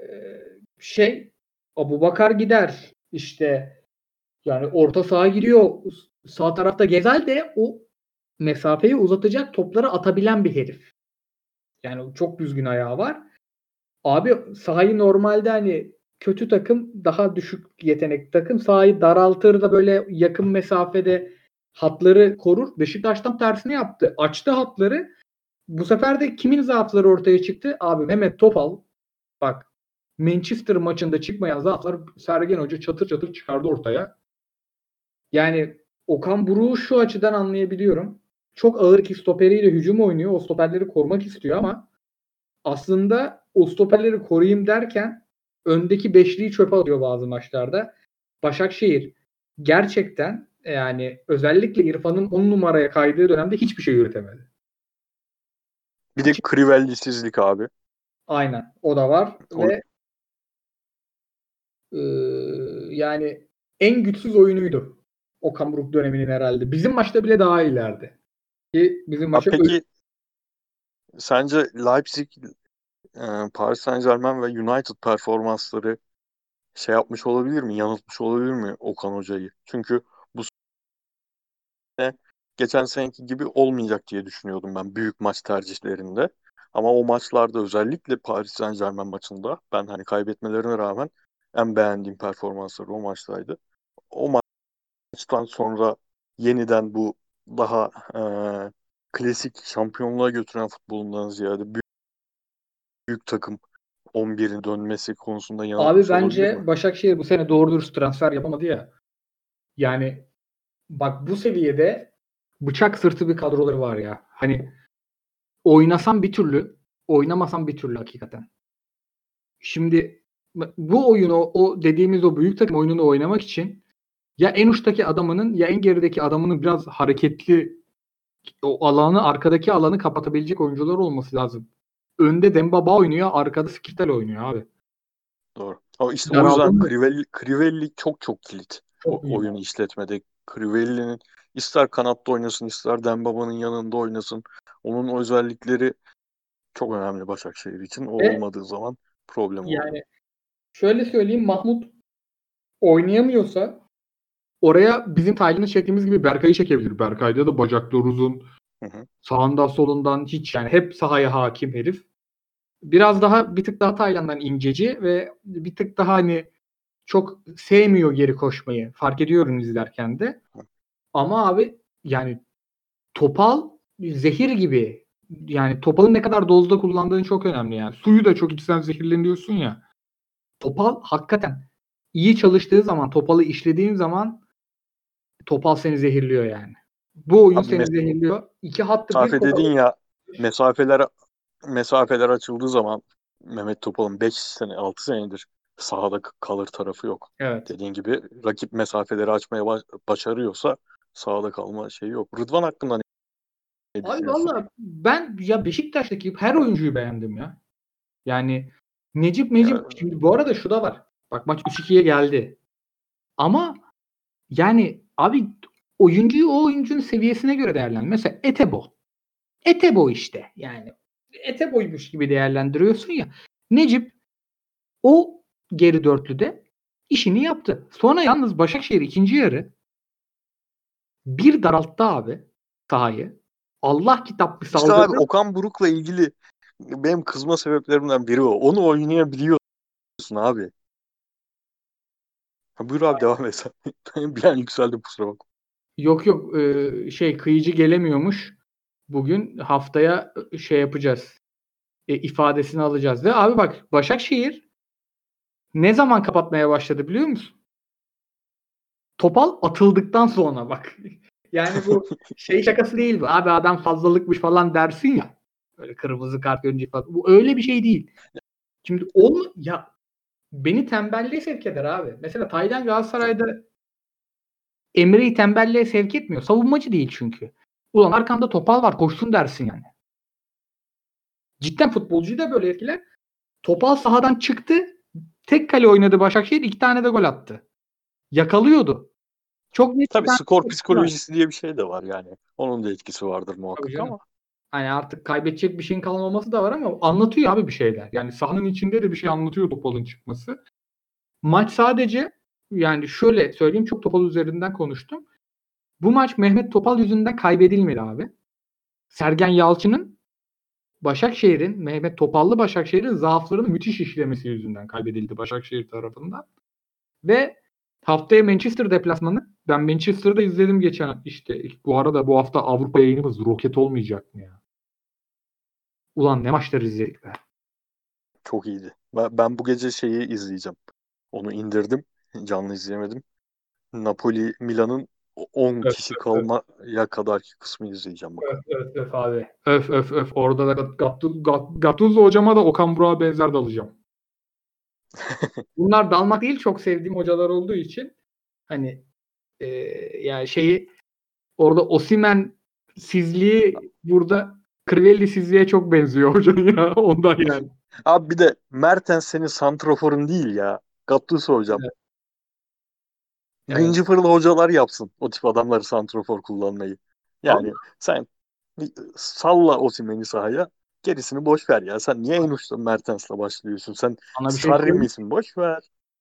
Abubakar gider. İşte yani orta saha giriyor. Sağ tarafta Gezal de o mesafeyi uzatacak topları atabilen bir herif. Yani çok düzgün ayağı var. Abi sahayı normalde hani kötü takım daha düşük yetenek takım sahayı daraltır da böyle yakın mesafede hatları korur. Beşiktaş tam tersini yaptı. Açtı hatları. Bu sefer de kimin zaafları ortaya çıktı? Abi Mehmet Topal bak Manchester maçında çıkmayan zaaflar Sergen Hoca çatır çatır çıkardı ortaya. Yani Okan Buruk'u şu açıdan anlayabiliyorum. Çok ağır ki stoperiyle hücum oynuyor. O stoperleri korumak istiyor ama aslında o stoperleri koruyayım derken öndeki beşliği çöpe atıyor bazı maçlarda. Başakşehir gerçekten yani özellikle İrfan'ın 10 numaraya kaydığı dönemde hiçbir şey üretemedi. Bir de Crivelli'sizlik abi. Aynen. O da var O, ve e, yani en güçsüz oyunuydu. Okan Buruk döneminin herhalde. Bizim maçta bile daha iyilerdi. Ki bizim maça peki sence Leipzig, Paris Saint-Germain ve United performansları şey yapmış olabilir mi? Yanıltmış olabilir mi Okan Hoca'yı? Çünkü bu sene geçen seneki gibi olmayacak diye düşünüyordum ben büyük maç tercihlerinde. Ama o maçlarda özellikle Paris Saint-Germain maçında ben hani kaybetmelerine rağmen en beğendiğim performansları o maçtaydı. O maçtan sonra yeniden bu daha klasik şampiyonluğa götüren futbolundan ziyade büyük takım 11'in dönmesi konusunda abi yanıltmış olabilir mi? bence Başakşehir bu sene doğru dürüst transfer yapamadı ya. Yani bak bu seviyede bıçak sırtı bir kadroları var ya. Hani oynasam bir türlü, oynamasam bir türlü hakikaten. Şimdi bu oyunu o dediğimiz o büyük takım oyununu oynamak için ya en uçtaki adamının ya en gerideki adamının biraz hareketli o alanı arkadaki alanı kapatabilecek oyuncular olması lazım. Önde Dembaba oynuyor, arkada Skritel oynuyor abi. Doğru. Ama işte o yüzden Daraldın mı? Crivelli çok kilit Çok iyi. oyunu işletmede. Crivelli'nin ister kanatta oynasın ister Dembaba'nın yanında oynasın. Onun özellikleri çok önemli Başakşehir için. O Ve olmadığı zaman problem oluyor. yani şöyle söyleyeyim Mahmut oynayamıyorsa oraya bizim Taylan'ı çektiğimiz gibi Berkay'ı çekebilir. Berkay'da da bacakları uzun. Hı hı. Sağından solundan hiç yani hep sahaya hakim herif. Biraz daha bir tık daha Taylan'dan inceci ve bir tık daha hani çok sevmiyor geri koşmayı. Fark ediyorum izlerken de. Ama abi yani Topal zehir gibi. Yani Topal'ın ne kadar dozda kullandığın çok önemli yani. Suyu da çok içsen zehirleniyorsun ya. Topal hakikaten iyi çalıştığı zaman, Topal'ı işlediğin zaman Topal seni zehirliyor yani. Bu oyun Abi seni zehirliyor. İki hattı bir mesafe dedin koparıyor. ya, mesafeler açıldığı zaman Mehmet Topal'ın 5 sene 6 senedir sahada kalır tarafı yok. Evet. Dediğin gibi rakip mesafeleri açmaya başarıyorsa sahada kalma şeyi yok. Rıdvan hakkında ne Abi düşünüyorsun? valla ben ya Beşiktaş'taki her oyuncuyu beğendim ya. Yani Necip Ya, şimdi bu arada şu da var. Bak maç 3-2'ye geldi. Ama Yani abi oyuncuyu o oyuncunun seviyesine göre değerlendir. Mesela Etebo. Etebo işte. Yani Etebo'ymuş gibi değerlendiriyorsun ya. Necip o geri dörtlüde işini yaptı. Sonra yalnız Başakşehir ikinci yarı bir daralttı abi sahayı. Allah kitap bir İşte abi saldırdı. Okan Buruk'la ilgili benim kızma sebeplerimden biri o. Onu oynayabiliyorsun abi. Ha, buyur abi devam et. Bir an yükseldim kusura bakma. Yok yok kıyıcı gelemiyormuş. Bugün haftaya şey yapacağız. İfadesini alacağız. Ve abi bak Başakşehir ne zaman kapatmaya başladı biliyor musun? Topal atıldıktan sonra bak. Yani bu şakası değil bu. Abi adam fazlalıkmış falan dersin ya. Böyle kırmızı kart önce falan. Bu öyle bir şey değil. Şimdi ya beni tembelliğe sevk eder abi. Mesela Taylan Galatasaray'da Emre'yi tembelliğe sevk etmiyor. Savunmacı değil çünkü. Ulan arkanda Topal var koşsun dersin yani. Cidden futbolcuyu da böyle etkiler. Topal sahadan çıktı. Tek kale oynadı Başakşehir. 2 tane de gol attı. Yakalıyordu. Çok net bir Tabii tane skor var. psikolojisi diye bir şey de var yani. Onun da etkisi vardır Tabii muhakkak canım. ama. Hani artık kaybedecek bir şeyin kalmaması da var ama anlatıyor abi bir şeyler. Yani sahanın içinde de bir şey anlatıyor Topal'ın çıkması. Maç sadece yani şöyle söyleyeyim çok Topal üzerinden konuştum. Bu maç Mehmet Topal yüzünden kaybedilmedi abi. Sergen Yalçın'ın Mehmet Topallı Başakşehir'in zaaflarını müthiş işlemesi yüzünden kaybedildi Başakşehir tarafından. Ve haftaya Manchester deplasmanı. Ben Manchester'da izledim geçen işte. Bu arada bu hafta Avrupa yayınımız roket olmayacak mı ya? Ulan ne maçlar izledik be. Çok iyiydi. Ben bu gece şeyi izleyeceğim. Onu indirdim. Canlı izleyemedim. Napoli Milan'ın 10 Öf, kişi öf, kalmaya kadarki kısmı izleyeceğim bakalım. öf abi. Öf öf öf. Orada da Gattuso hocama da Okan Burak'a benzer dalacağım. Bunlar dalmak değil çok sevdiğim hocalar olduğu için hani e, yani orada Osimhen sizliği burada Crivelli sizliğe çok benziyor hocanın ya. Ondan yani. Abi bir de Mertens senin santraforun değil ya. Gattuso hocam. Evet. Evet. Gıncı fırlı hocalar yapsın o tip adamları santrafor kullanmayı. Ama Yani sen salla Osimhen'i sahaya. Gerisini boş ver ya. Sen niye en uçta Mertens'le başlıyorsun? Sen sana bir şey Sarri söyleyeyim. misin? Boş ver.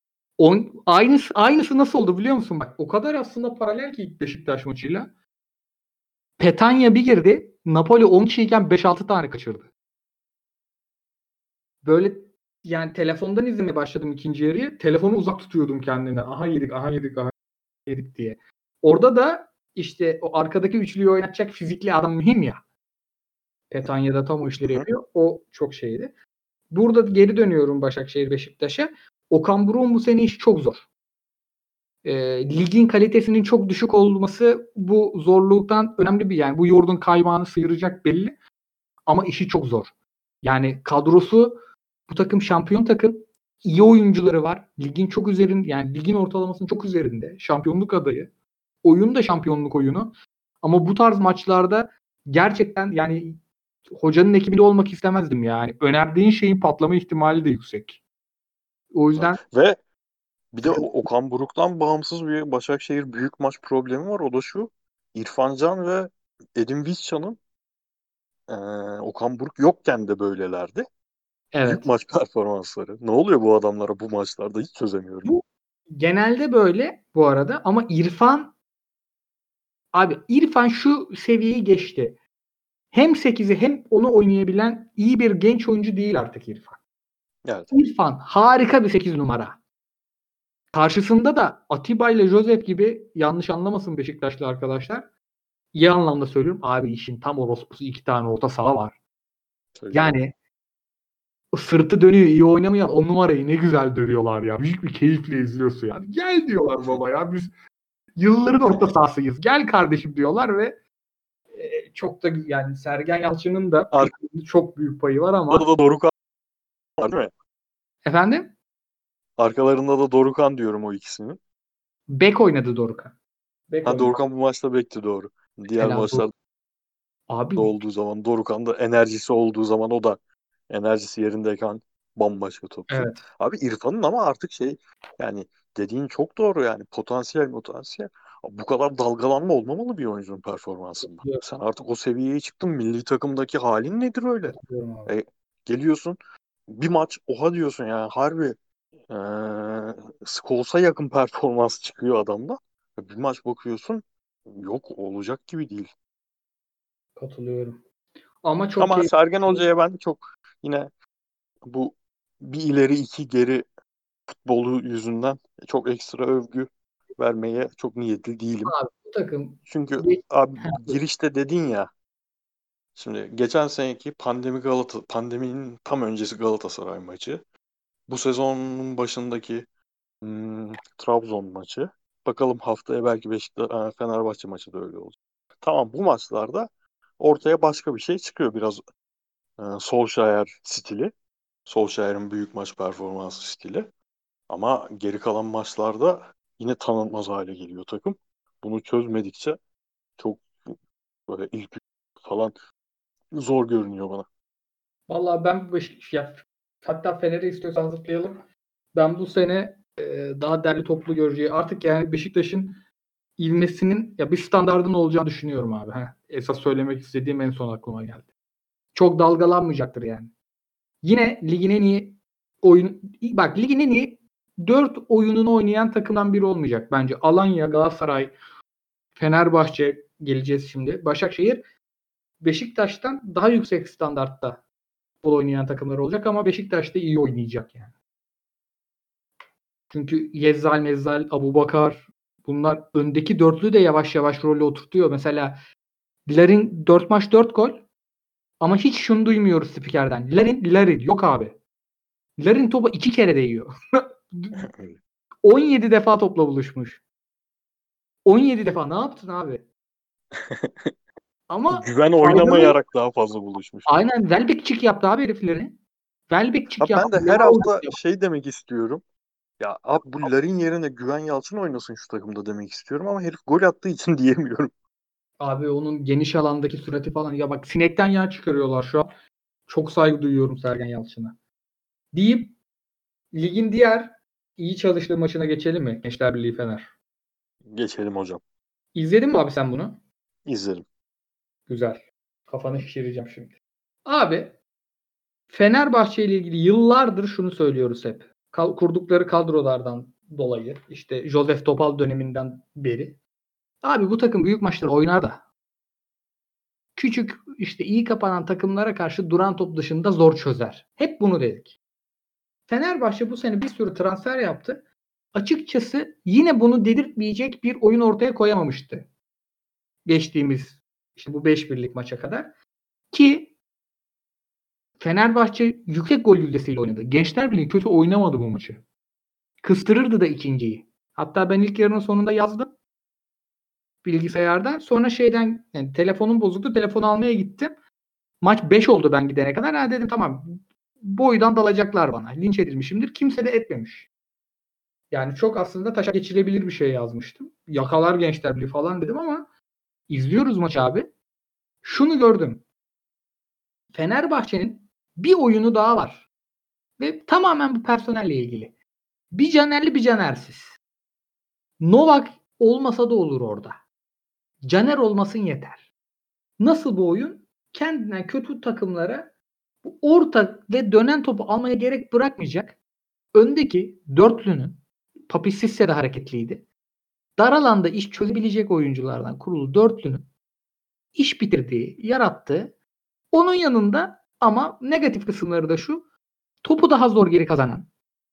Aynısı nasıl oldu biliyor musun? Bak o kadar aslında paralel ki Beşiktaş maçıyla. Petanya bir girdi. Napoli 10 kişiyken 5-6 tane kaçırdı. Böyle yani telefondan izlemeye başladım ikinci yarıyı. Telefonu uzak tutuyordum kendimden. Aha yedik, aha yedik, aha yedik diye. Orada da işte o arkadaki üçlüyü oynatacak fizikli adam mühim ya. Petanya'da tam o işleri Hı hı. yapıyor. O çok şeydi. Burada geri dönüyorum Başakşehir Beşiktaş'a. Okan Buruk'un bu sene işi çok zor. Ligin kalitesinin çok düşük olması bu zorluktan önemli bir yani bu yoğurdun kaymağını sıyıracak belli ama işi çok zor. Yani kadrosu bu takım şampiyon takım. İyi oyuncuları var. Ligin çok üzerinde yani ligin ortalamasının çok üzerinde. Şampiyonluk adayı. Oyun da şampiyonluk oyunu. Ama bu tarz maçlarda gerçekten yani hocanın ekibinde olmak istemezdim yani. Önerdiğin şeyin patlama ihtimali de yüksek. O yüzden Ve bir de Okan Buruk'tan bağımsız bir Başakşehir büyük maç problemi var. O da şu. İrfan Can ve Edin Visca'nın Okan Buruk yokken de böylelerdi. Büyük evet. maç performansları. Ne oluyor bu adamlara bu maçlarda hiç çözemiyorum. Bu genelde böyle bu arada ama İrfan şu seviyeyi geçti. Hem 8'i hem onu oynayabilen iyi bir genç oyuncu değil artık İrfan. Evet. İrfan harika bir 8 numara. Karşısında da Atiba ile Josep gibi yanlış anlamasın Beşiktaşlı arkadaşlar. İyi anlamda söylüyorum. Abi işin tam orospusu 2 tane orta saha var. Tabii canım. Yani sırtı dönüyor iyi oynamayan 10 numarayı ne güzel dövüyorlar ya. Büyük bir keyifle izliyorsun yani. Gel diyorlar baba ya biz yılların orta sahasıyız. Gel kardeşim diyorlar ve çok da yani Sergen Yalçın'ın da çok büyük payı var ama Arkalarında da Dorukhan var değil mi? efendim Arkalarında da Dorukhan diyorum o ikisinin. bek oynadı Dorukhan. Bek Ha oynadı. Dorukhan bu maçta bekti doğru. Diğer Helal maçlarda abi olduğu zaman Dorukhan da enerjisi olduğu zaman o da enerjisi yerindeyken Bambaşka topçu. Evet. Abi İrfan'ın ama artık yani dediğin çok doğru yani. Potansiyel. Bu kadar dalgalanma olmamalı bir oyuncunun performansında. Katılıyorum, Sen artık o seviyeye çıktın. Milli takımdaki halin nedir öyle? katılıyorum abi. E, Geliyorsun bir maç oha diyorsun yani harbi Scholes'a yakın performans çıkıyor adamda. Bir maç bakıyorsun yok olacak gibi değil. Katılıyorum. Ama çok Ama keyifli. Sergen Hoca'ya ben çok yine bu bir ileri iki geri futbolu yüzünden çok ekstra övgü vermeye çok niyetli değilim. Abi bu takım Çünkü geç... abi Ha, buyur. girişte dedin ya şimdi geçen seneki pandeminin tam öncesi Galatasaray maçı. Bu sezonun başındaki Trabzon maçı. Bakalım haftaya belki Fenerbahçe maçı da öyle olacak. Tamam bu maçlarda ortaya başka bir şey çıkıyor biraz Solskjaer stili. Solskjaer'in büyük maç performansı stili. Ama geri kalan maçlarda yine tanınmaz hale geliyor takım. Bunu çözmedikçe çok böyle ilk falan zor görünüyor bana. Vallahi ben hatta Fener'i istiyorsan zıplayalım. Ben bu sene daha derli toplu göreceği artık yani Beşiktaş'ın ivmesinin ya bir standardın olacağını düşünüyorum abi. Esas söylemek istediğim en son aklıma geldi. Çok dalgalanmayacaktır yani. Yine ligin en iyi ligin en iyi 4 oyununu oynayan takımdan biri olmayacak bence. Alanya, Galatasaray, Fenerbahçe geleceğiz şimdi. Başakşehir Beşiktaş'tan daha yüksek standartta futbol oynayan takımlar olacak ama Beşiktaş da iyi oynayacak yani. Çünkü Mezzal, Abubakar bunlar öndeki dörtlü de yavaş yavaş rolü oturtuyor. Mesela Larin 4 maç 4 gol ama hiç şunu duymuyoruz spikerden. Larin yok abi. Larin topu 2 kere değiyor. 17 defa topla buluşmuş. 17 defa ne yaptın abi? Ama Güven faydalı. oynamayarak daha fazla buluşmuş. Aynen Welbeck'çik yaptı abi herifleri. Welbeck'çik Abi ben yaptı. de her hafta demek istiyorum. Ya abi bu Larin yerine Güven Yalçın oynasın şu takımda demek istiyorum ama herif gol attığı için diyemiyorum. Abi onun geniş alandaki sürati falan. Ya bak sinekten yağ çıkarıyorlar şu an. Çok saygı duyuyorum Sergen Yalçın'a. Deyip ligin diğer iyi çalıştığı maçına geçelim mi? Gençler Birliği Fener. Geçelim hocam. İzledin mi abi sen bunu? İzlerim. Güzel. Kafanı şişireceğim şimdi. Abi Fenerbahçe ile ilgili yıllardır şunu söylüyoruz hep. Kurdukları kadrolardan dolayı işte Josef Topal döneminden beri. Abi bu takım büyük maçları oynar da küçük işte iyi kapanan takımlara karşı duran top dışında zor çözer. Hep bunu dedik. Fenerbahçe bu sene bir sürü transfer yaptı. Açıkçası yine bunu dedirtmeyecek bir oyun ortaya koyamamıştı. Geçtiğimiz işte bu 5-1'lik maça kadar. Ki Fenerbahçe yüksek gol yüzdesiyle oynadı. Gençler Birliği kötü oynamadı bu maçı. Kıstırırdı da ikinciyi. Hatta ben ilk yarının sonunda yazdım bilgisayardan. Sonra yani telefonum bozuldu. Telefonu almaya gittim. Maç 5 oldu ben gidene kadar. Ha dedim tamam boydan dalacaklar bana. Linç edilmişimdir. Kimse de etmemiş. Yani çok aslında taşa geçirebilir bir şey yazmıştım. Yakalar Gençler Birliği falan dedim ama izliyoruz maçı abi. Şunu gördüm. Fenerbahçe'nin bir oyunu daha var. Ve tamamen bu personelle ilgili. Bir Canerli bir Canersiz. Novak olmasa da olur orada. Caner olmasın yeter. Nasıl bu oyun? Kendinden kötü takımlara bu orta ve dönen topu almaya gerek bırakmayacak. Öndeki dörtlünün Papi Sisse de hareketliydi. Dar alanda iş çözebilecek oyunculardan kurulu dörtlünün iş bitirdiği, yarattığı onun yanında ama negatif kısımları da şu topu daha zor geri kazanan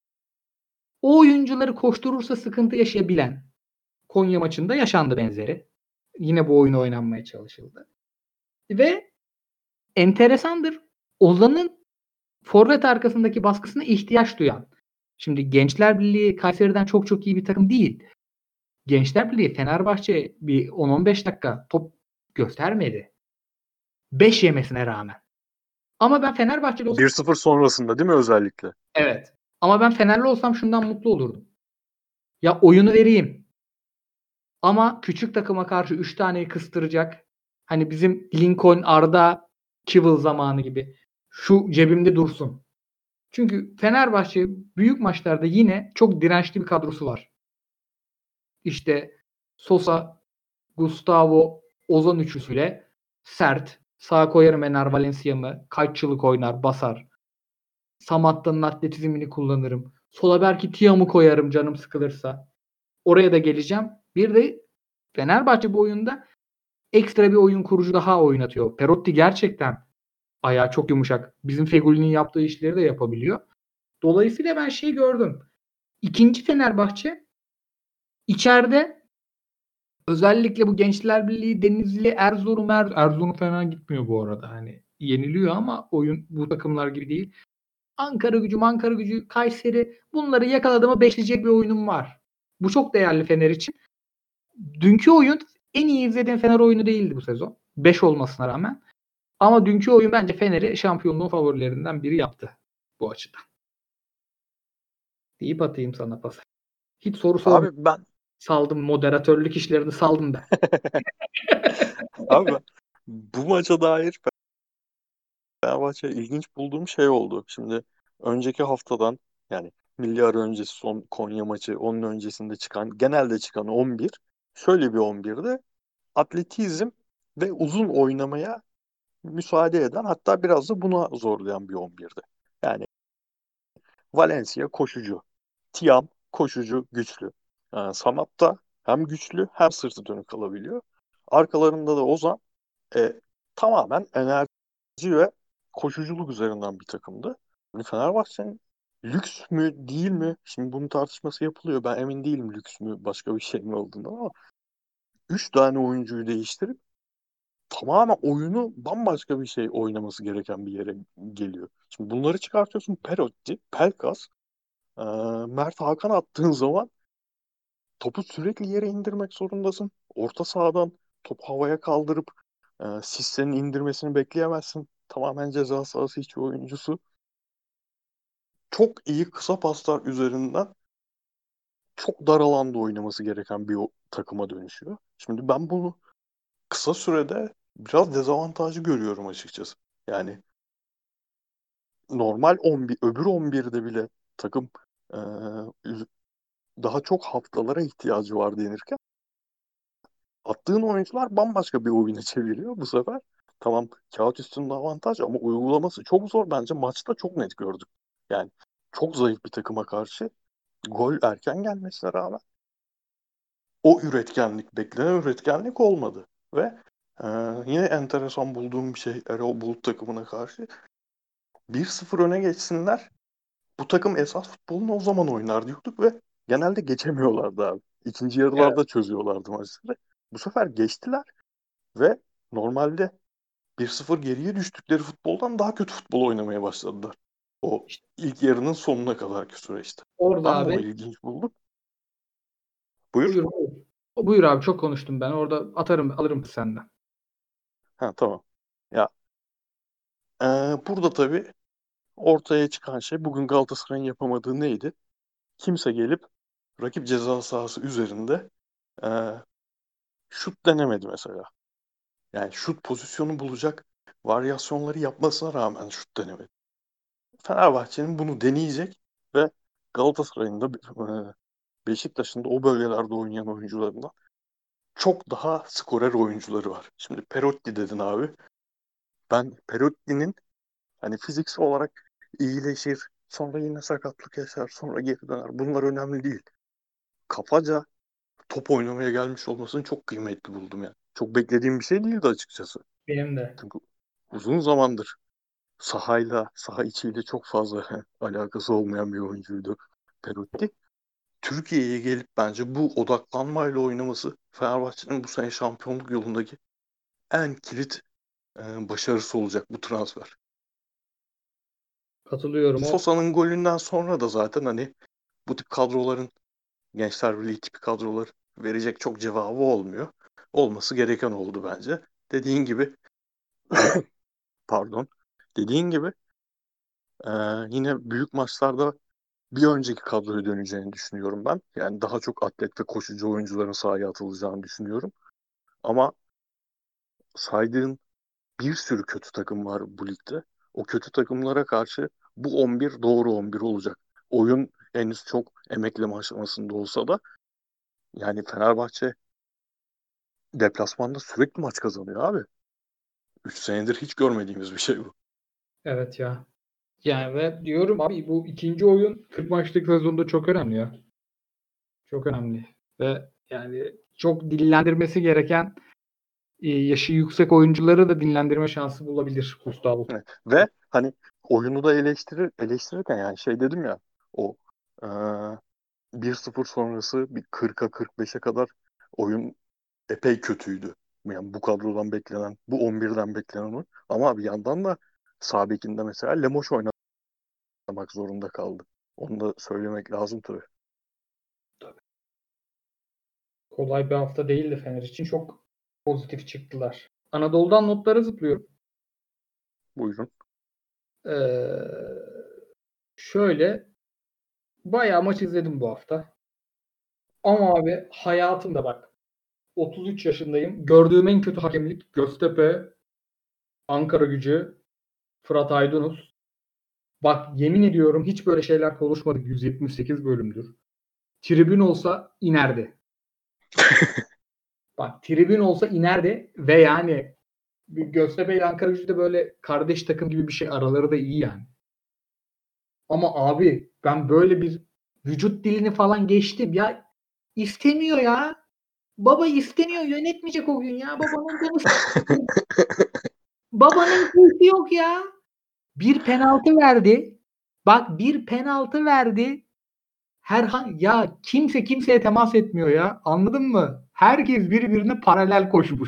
o oyuncuları koşturursa sıkıntı yaşayabilen Konya maçında yaşandı benzeri. Yine bu oyunu oynanmaya çalışıldı. Ve enteresandır. Ozan'ın forvet arkasındaki baskısına ihtiyaç duyan. Şimdi Gençler Birliği Kayseri'den çok çok iyi bir takım değil. Gençler Birliği Fenerbahçe bir 10-15 dakika top göstermedi. 5 yemesine rağmen. Ama ben Fenerbahçeli olsam 1-0 sonrasında değil mi özellikle? evet. Ama ben Fenerli olsam şundan mutlu olurdum. Ya oyunu vereyim. Ama küçük takıma karşı 3 taneyi kıstıracak. Hani bizim Lincoln, Arda, Kivil zamanı gibi. Şu cebimde dursun. Çünkü Fenerbahçe büyük maçlarda yine çok dirençli bir kadrosu var. İşte Sosa, Gustavo, Ozan üçlüsüyle sert. Sağa koyarım Ener Valencia'mı. Kaç yıllık oynar, basar. Samatta'nın atletizmini kullanırım. Sola belki Tiam'ı koyarım canım sıkılırsa. Oraya da geleceğim. Bir de Fenerbahçe bu oyunda ekstra bir oyun kurucu daha oynatıyor. Perotti gerçekten ayağı çok yumuşak. Bizim Fegüli'nin yaptığı işleri de yapabiliyor. Dolayısıyla ben şeyi gördüm. İkinci Fenerbahçe içeride özellikle bu Gençler Birliği, Denizli, Erzurum fena gitmiyor bu arada. Hani yeniliyor ama oyun bu takımlar gibi değil. Ankara Gücü, Kayseri bunları yakaladığımı beşleyecek bir oyunum var. Bu çok değerli Fener için. Dünkü oyun en iyi izlediğim Fener oyunu değildi bu sezon. 5 olmasına rağmen. Ama dünkü oyun bence Fener'i şampiyonluğun favorilerinden biri yaptı bu açıdan. Deyip atayım sana pas. Hiç soru Abi sormadım. ben Saldım. Moderatörlük işlerini saldım ben. abi ben bu maça dair Fenerbahçe ilginç bulduğum şey oldu. Şimdi önceki haftadan yani milli ara öncesi son Konya maçı onun öncesinde çıkan genelde çıkan 11 şöyle bir 11'de atletizm ve uzun oynamaya müsaade eden hatta biraz da buna zorlayan bir 11'di. Yani Valencia koşucu, Tiam koşucu güçlü. Samatta hem güçlü hem sırtı dönük kalabiliyor. Arkalarında da Ozan e, tamamen enerji ve koşuculuk üzerinden bir takımdı. Yani Fenerbahçe'nin lüks mü değil mi? Şimdi bunun tartışması yapılıyor. Ben emin değilim lüks mü başka bir şey mi olduğunu ama 3 tane oyuncuyu değiştirip tamamen oyunu bambaşka bir şey oynaması gereken bir yere geliyor. Şimdi bunları çıkartıyorsun Perotti, Pelkas, e, Mert Hakan attığın zaman topu sürekli yere indirmek zorundasın. Orta sahadan topu havaya kaldırıp Sisse'nin indirmesini bekleyemezsin. Tamamen ceza sahası içi oyuncusu. Çok iyi kısa paslar üzerinden çok dar alanda oynaması gereken bir takıma dönüşüyor. Şimdi ben bunu kısa sürede biraz dezavantajı görüyorum açıkçası. Yani normal 11, öbür 11'de bile takım e, daha çok haftalara ihtiyacı var denirken attığın oyuncular bambaşka bir oyuna çeviriyor bu sefer. Tamam kağıt üstünde avantaj ama uygulaması çok zor. Bence maçta çok net gördük. Yani çok zayıf bir takıma karşı gol erken gelmesine rağmen o üretkenlik, beklenen üretkenlik olmadı. Ve e, yine enteresan bulduğum bir şey Erol Bulut takımına karşı 1-0 öne geçsinler. Bu takım esas futbolunu o zaman oynar diyorduk ve genelde geçemiyorlardı abi. İkinci Evet. yarılarda çözüyorlardı maçları. Bu sefer geçtiler ve normalde 1-0 geriye düştükleri futboldan daha kötü futbol oynamaya başladılar. O İşte ilk yarının sonuna kadarki süreçte. orada Ben bunu abi ilginç buldum. Buyur. buyur. Buyur abi çok konuştum ben. Orada atarım alırım senden. Ha tamam. Ya burada tabii ortaya çıkan şey bugün Galatasaray'ın yapamadığı neydi? Kimse gelip rakip ceza sahası üzerinde e, şut denemedi mesela. Yani şut pozisyonu bulacak varyasyonları yapmasına rağmen şut denemedi. Fenerbahçe'nin bunu deneyecek ve Galatasaray'ın da Beşiktaş'ın da o bölgelerde oynayan oyuncularından çok daha skorer oyuncuları var. Şimdi Perotti dedin abi. Ben Perotti'nin hani fiziksel olarak iyileşir, sonra yine sakatlık yaşar, sonra geri döner. Bunlar önemli değil. Kafaca top oynamaya gelmiş olmasını çok kıymetli buldum yani. Çok beklediğim bir şey değildi açıkçası. Benim de. Çünkü uzun zamandır sahayla, saha içiyle çok fazla alakası olmayan bir oyuncuydu Perotti. Türkiye'ye gelip bence bu odaklanmayla oynaması Fenerbahçe'nin bu sene şampiyonluk yolundaki en kilit başarısı olacak bu transfer. Katılıyorum. O Sosa'nın golünden sonra da zaten hani bu tip kadroların Gençler Birliği tipi kadrolar verecek çok cevabı olmuyor. Olması gereken oldu bence. Dediğin gibi pardon. Dediğin gibi e, yine büyük maçlarda bir önceki kadroya döneceğini düşünüyorum ben. Yani daha çok atlet ve koşucu oyuncuların sahaya atılacağını düşünüyorum. Ama saydığın bir sürü kötü takım var bu ligde. O kötü takımlara karşı Bu 11 doğru 11 olacak. Oyun henüz çok emekleme aşamasında olsa da yani Fenerbahçe deplasmanda sürekli maç kazanıyor abi. 3 senedir hiç görmediğimiz bir şey bu. Evet ya. Yani ve diyorum abi bu ikinci oyun 40 maçlık sezonda çok önemli ya. Çok önemli. Ve yani çok dillendirmesi gereken yaşı yüksek oyuncuları da dinlendirme şansı bulabilir Gustavo. Evet. Ve hani oyunu da eleştirirken yani şey dedim ya o eee 1-0 sonrası bir 40'a 45'e kadar oyun epey kötüydü. Yani bu kadrodan beklenen, bu 11'den beklenen oyun. Ama bir yandan da sağ bekinde mesela Lemos oynamak zorunda kaldı. Onu da söylemek lazım tabii. Kolay bir hafta değildi Fener için. Çok pozitif çıktılar. Anadolu'dan notlara zıplıyorum. Buyurun. Ee, şöyle bayağı maç izledim bu hafta. Ama abi hayatımda bak 33 yaşındayım. Gördüğüm en kötü hakemlik Göztepe, Ankaragücü, Fırat Aydınus. Bak yemin ediyorum hiç böyle şeyler konuşmadık 178 bölümdür. Tribün olsa inerdi. Bak tribün olsa inerdi ve yani Göztepe ile Ankaragücü de böyle kardeş takım gibi bir şey. Araları da iyi yani. Ama abi ben böyle bir vücut dilini falan geçtim. Ya istemiyor ya. Baba istemiyor. Yönetmeyecek o gün ya. Babanın canı babanın keyfi yok ya. Bir penaltı verdi. Bak bir penaltı verdi. Ya kimse kimseye temas etmiyor ya. Anladın mı? Herkes birbirine paralel koşmuş.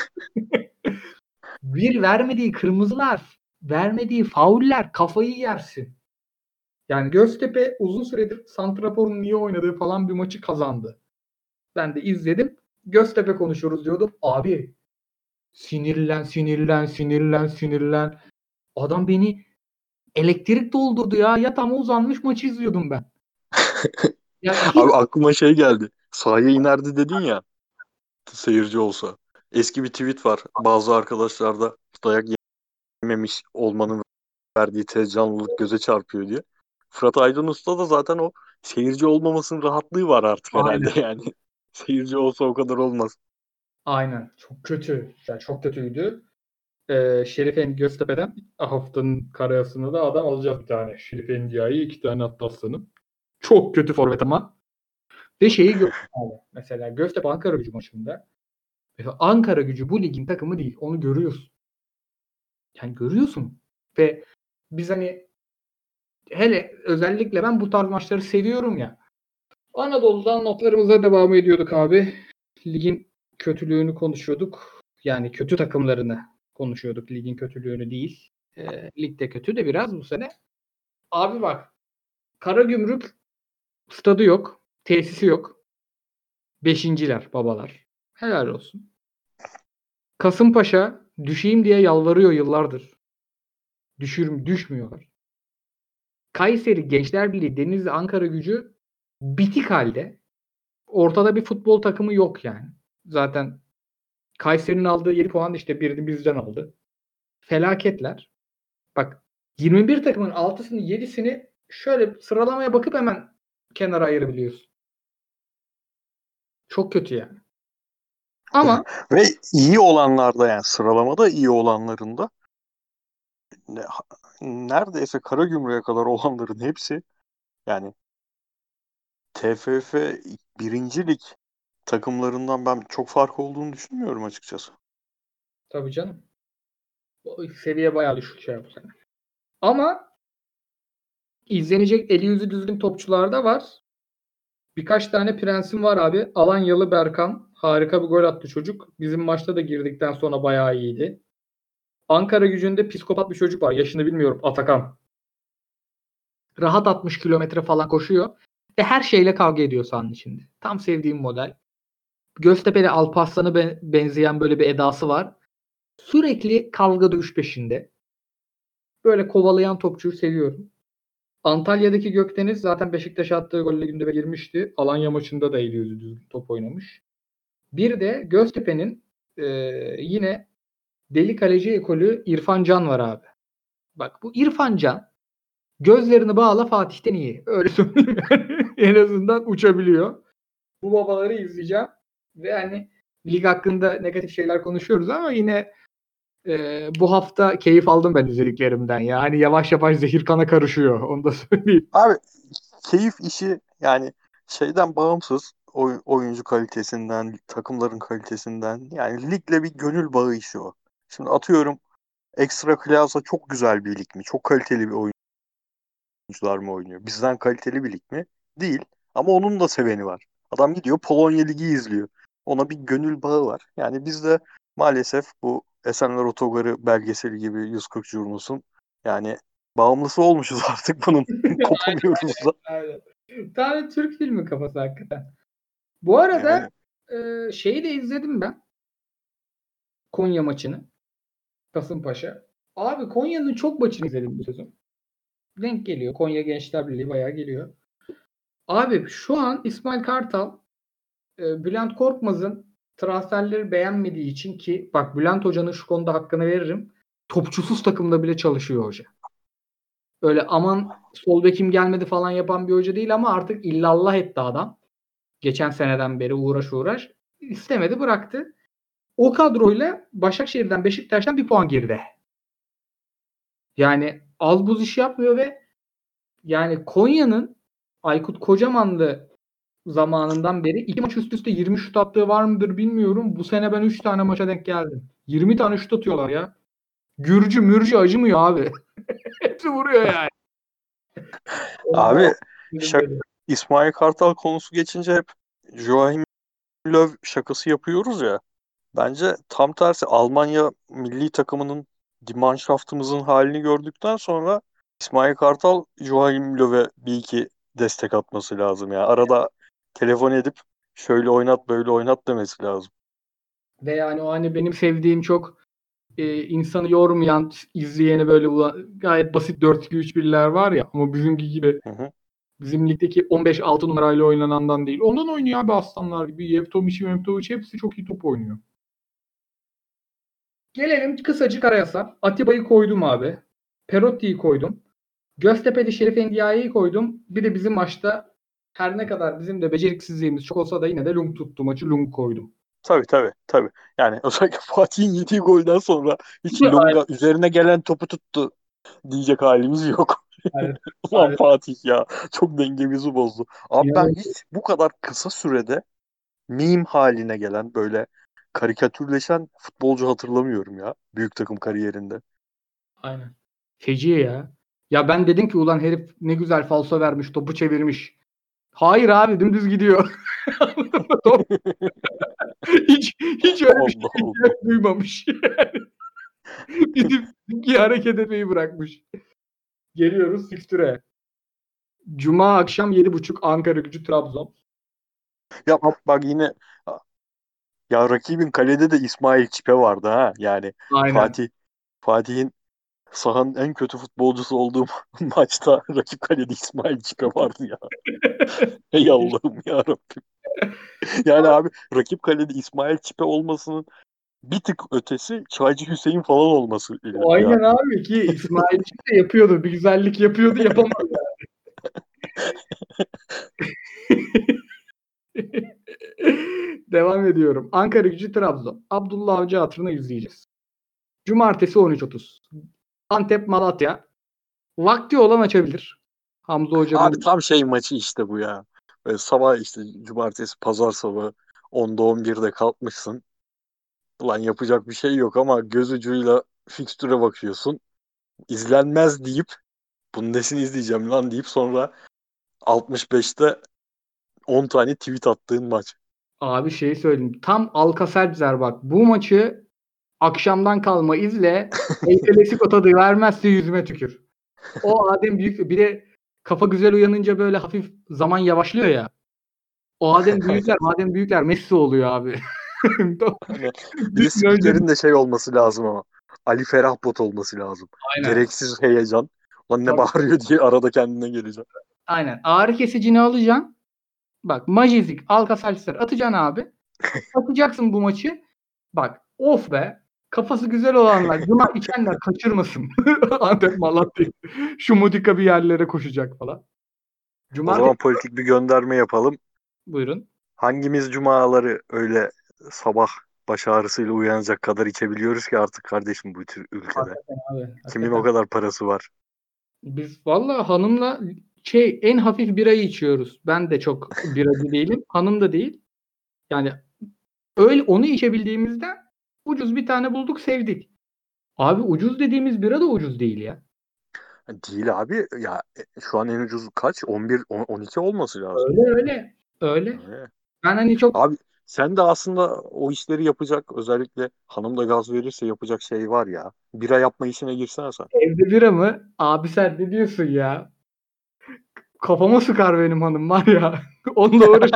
Bir vermediği kırmızılar, vermediği fauller kafayı yersin. Yani Göztepe uzun süredir santraforun niye oynadığı falan bir maçı kazandı. Ben de izledim. Göztepe konuşuyoruz diyordum. Abi sinirlen sinirlen sinirlen sinirlen. Adam beni elektrik doldurdu ya. Yatağıma uzanmış maçı izliyordum ben. Ya hiç Abi aklıma şey geldi. Sahaya inerdi dedin ya seyirci olsa. Eski bir tweet var. Bazı arkadaşlarda dayak yememiş olmanın verdiği tez canlılık göze çarpıyor diye. Fırat Aydınus'ta da zaten o seyirci olmamasının rahatlığı var artık aynen. herhalde yani. Seyirci olsa o kadar olmaz. Aynen. Çok kötü. Yani çok kötüydü. Şerife Göztepe'den haftanın karayasını da adam alacağız bir tane. Şerife Ndiaye'yi 2 tane attı aslanım. Çok kötü forvet ama. Ve şeyi gördüm abi. Mesela Göztepe Ankaragücü maçında. Mesela Ankaragücü bu ligin takımı değil. Onu görüyorsun. Yani görüyorsun. Ve biz hani hele özellikle ben bu tarz maçları seviyorum ya. Anadolu'dan notlarımıza devam ediyorduk abi. Ligin kötülüğünü konuşuyorduk. Yani kötü takımlarını konuşuyorduk. Ligin kötülüğünü değil. Ligde kötü de biraz bu sene. Abi bak Karagümrük stadı yok. Tesisi yok. Beşinciler babalar. Helal olsun. Kasımpaşa düşeyim diye yalvarıyor yıllardır. Düşmüyorlar. Kayseri Gençler Birliği, Denizli Ankaragücü bitik halde. Ortada bir futbol takımı yok yani. Zaten Kayseri'nin aldığı 7 puan işte birini bizden aldı. Felaketler. Bak 21 takımın 6'sını 7'sini şöyle sıralamaya bakıp hemen kenara ayırabiliyorsun. Çok kötü yani. Ama Ve iyi olanlarda yani sıralamada iyi olanlarında ne- neredeyse Karagümrük'e kadar olanların hepsi yani TFF birincilik takımlarından ben çok fark olduğunu düşünmüyorum açıkçası. tabii canım. O seviye bayağı düşük şey bu sene. Ama izlenecek eli yüzü düzgün topçular da var. Birkaç tane prensim var abi. Alanyalı Berkan. Harika bir gol attı çocuk. Bizim maçta da girdikten sonra bayağı iyiydi. Ankaragücü'nde psikopat bir çocuk var. Yaşını bilmiyorum. Atakan. Rahat 60 kilometre falan koşuyor. Ve her şeyle kavga ediyor sahanın içinde. Tam sevdiğim model. Göztepe'de Alparslan'a benzeyen böyle bir edası var. Sürekli kavga dövüş peşinde. Böyle kovalayan topçuyu seviyorum. Antalya'daki Gökdeniz zaten Beşiktaş'a attığı golle gündeme girmişti. Alanya maçında da iyi düzgün top oynamış. Bir de Göztepe'nin yine deli kaleci ekolü İrfan Can var abi. Bak bu İrfan Can Gözlerini bağla, Fatih'ten iyi. Öyle söyleyeyim yani. En azından uçabiliyor. Bu babaları izleyeceğim. Ve hani lig hakkında negatif şeyler konuşuyoruz ama yine bu hafta keyif aldım ben izlediklerimden ya. Hani yavaş yavaş zehir kana karışıyor. Onu da söyleyeyim. Abi keyif işi yani şeyden bağımsız, oyuncu kalitesinden, takımların kalitesinden, yani ligle bir gönül bağı işi o. Şimdi atıyorum, Ekstra Klasa çok güzel bir lig mi? Çok kaliteli bir oyuncular mı oynuyor? Bizden kaliteli bir lig mi? Değil. Ama onun da seveni var. Adam gidiyor Polonya Ligi izliyor. Ona bir gönül bağı var. Yani biz de maalesef bu Esenler Otogarı belgeseli gibi 140 Jurnus'un yani bağımlısı olmuşuz artık bunun. Kopamıyoruz da. Aynen. Bir tane Türk filmi kafası hakikaten. Bu arada Yani şeyi de izledim ben. Konya maçını. Kasımpaşa. Abi Konya'nın çok maçını izledim bu sezon. Denk geliyor. Konya Gençler Birliği bayağı geliyor. Abi şu an İsmail Kartal Bülent Korkmaz'ın transferleri beğenmediği için, ki bak Bülent Hoca'nın şu konuda hakkını veririm. Topçusuz takımda bile çalışıyor hoca. Öyle aman sol bekim gelmedi falan yapan bir hoca değil ama artık illallah etti adam. Geçen seneden beri uğraş. İstemedi, bıraktı. O kadroyla Başakşehir'den, Beşiktaş'tan bir puan geride. Yani az buz iş yapmıyor ve yani Konya'nın Aykut Kocamanlı zamanından beri 2 maç üst üste 20 şut attığı var mıdır bilmiyorum. Bu sene ben 3 tane maça denk geldim. 20 tane şut atıyorlar ya. Gürcü mürcü acımıyor abi. Hepsi vuruyor yani. abi şak Ondan İsmail Kartal konusu geçince hep Joachim Löw şakası yapıyoruz ya. Bence tam tersi, Almanya milli takımının Die Mannschafts'ımızın halini gördükten sonra İsmail Kartal Joachim Löw'e bir iki destek atması lazım ya. Arada telefon edip şöyle oynat böyle oynat demesi lazım. ve yani o hani benim sevdiğim çok insanı yormayan, izleyeni böyle gayet basit 4-2-3-1'ler var ya, ama bizimki gibi Hı hı. bizim ligdeki 15-6 numarayla oynanandan değil. Ondan oynuyor abi aslanlar gibi. Yevtovic hepsi çok iyi top oynuyor. Gelelim kısacık Karayasar. Atiba'yı koydum abi. Perotti'yi koydum. Göztepe'de Şerif Endiaye'yi koydum. Bir de bizim maçta her ne kadar bizim de beceriksizliğimiz çok olsa da yine de Lung tuttu. Maçı Lung koydum. Tabii. Yani özellikle Fatih'in yediği golden sonra hiç Aynen. Lunga üzerine gelen topu tuttu diyecek halimiz yok. Aynen. Ulan Aynen. Fatih ya, çok dengemizi bozdu. Abi ben Yani, hiç bu kadar kısa sürede meme haline gelen, böyle karikatürleşen futbolcu hatırlamıyorum ya büyük takım kariyerinde. aynen. Feci ya. Ya ben dedim ki ulan herif ne güzel falso vermiş, topu çevirmiş. Hayır abi, dümdüz gidiyor. Top hiç öyle bir şey Allah Allah. ihtiyaç duymamış. Bizimki hareket etmeyi bırakmış. Geliyoruz fikstüre. Cuma akşam 7.30 Ankaragücü Trabzon. Ya bak yine, ya rakibin kalede de İsmail Çipe vardı ha. Yani Aynen. Fatih'in sahanın en kötü futbolcusu olduğu maçta rakip kalede İsmail Çipe vardı ya. Ey Allah'ım ya Rabbim. Yani abi, rakip kalede İsmail Çipe olmasının bir tık ötesi Çaycı Hüseyin falan olması ya. Aynen abi, ki İsmail de yapıyordu. Bir güzellik yapıyordu, yapamadı. Devam ediyorum. Ankaragücü Trabzon. Abdullah Avcı hatırına izleyeceğiz. Cumartesi 13.30. Antep Malatya. Vakti olan açabilir. Hamza Abi Hoca'nın tam şey maçı işte bu ya. Böyle sabah işte cumartesi pazar sabahı 10'da 11'de kalkmışsın. Ulan yapacak bir şey yok ama göz ucuyla fikstüre bakıyorsun. İzlenmez deyip bunun nesini izleyeceğim lan deyip sonra 65'te 10 tane tweet attığın maç. abi şey söyleyeyim. Tam Alcacelser bak. Bu maçı akşamdan kalma izle. El Clasico tadı vermezse yüzüme tükür. O Adem Büyük, bir de kafa güzel uyanınca böyle hafif zaman yavaşlıyor ya. O Adem Büyükler Messi oluyor abi. Aynen. Bir de Bir gün önce spikerin de şey olması lazım ama. Ali Ferah bot olması lazım. aynen. Gereksiz heyecan. Lan ne Tabii. bağırıyor diye arada kendine geleceğim. Aynen. Ağrı kesicini alacaksın. Bak Majezik, Alcacelser atacaksın abi. Atacaksın bu maçı. Bak of be. Kafası güzel olanlar, cuma içenler kaçırmasın. Antep Malatya. Şu Mudika bir yerlere koşacak falan. O Cumartesi zaman politik bir gönderme yapalım. buyurun. Hangimiz cumaları öyle sabah baş ağrısıyla uyanacak kadar içebiliyoruz ki artık kardeşim bu tür ülkede? Hakikaten abi. Kimin o Hakikaten. kadar parası var? Biz valla hanımla en hafif birayı içiyoruz. Ben de çok biracı değilim. Hanım da değil. Yani öyle onu içebildiğimizde ucuz bir tane bulduk sevdik. Abi ucuz dediğimiz bira da ucuz değil ya. Değil abi. Ya şu an en ucuz kaç? 11, 12 olması lazım. Öyle öyle. Öyle. Evet. Ben hani çok Abi sen de aslında o işleri yapacak, özellikle hanım da gaz verirse yapacak şey var ya. Bira yapma işine girsene sen. evde bira mı? Abi sen ne diyorsun ya? Kafama sıkar benim hanım var ya. Onunla uğraşıyor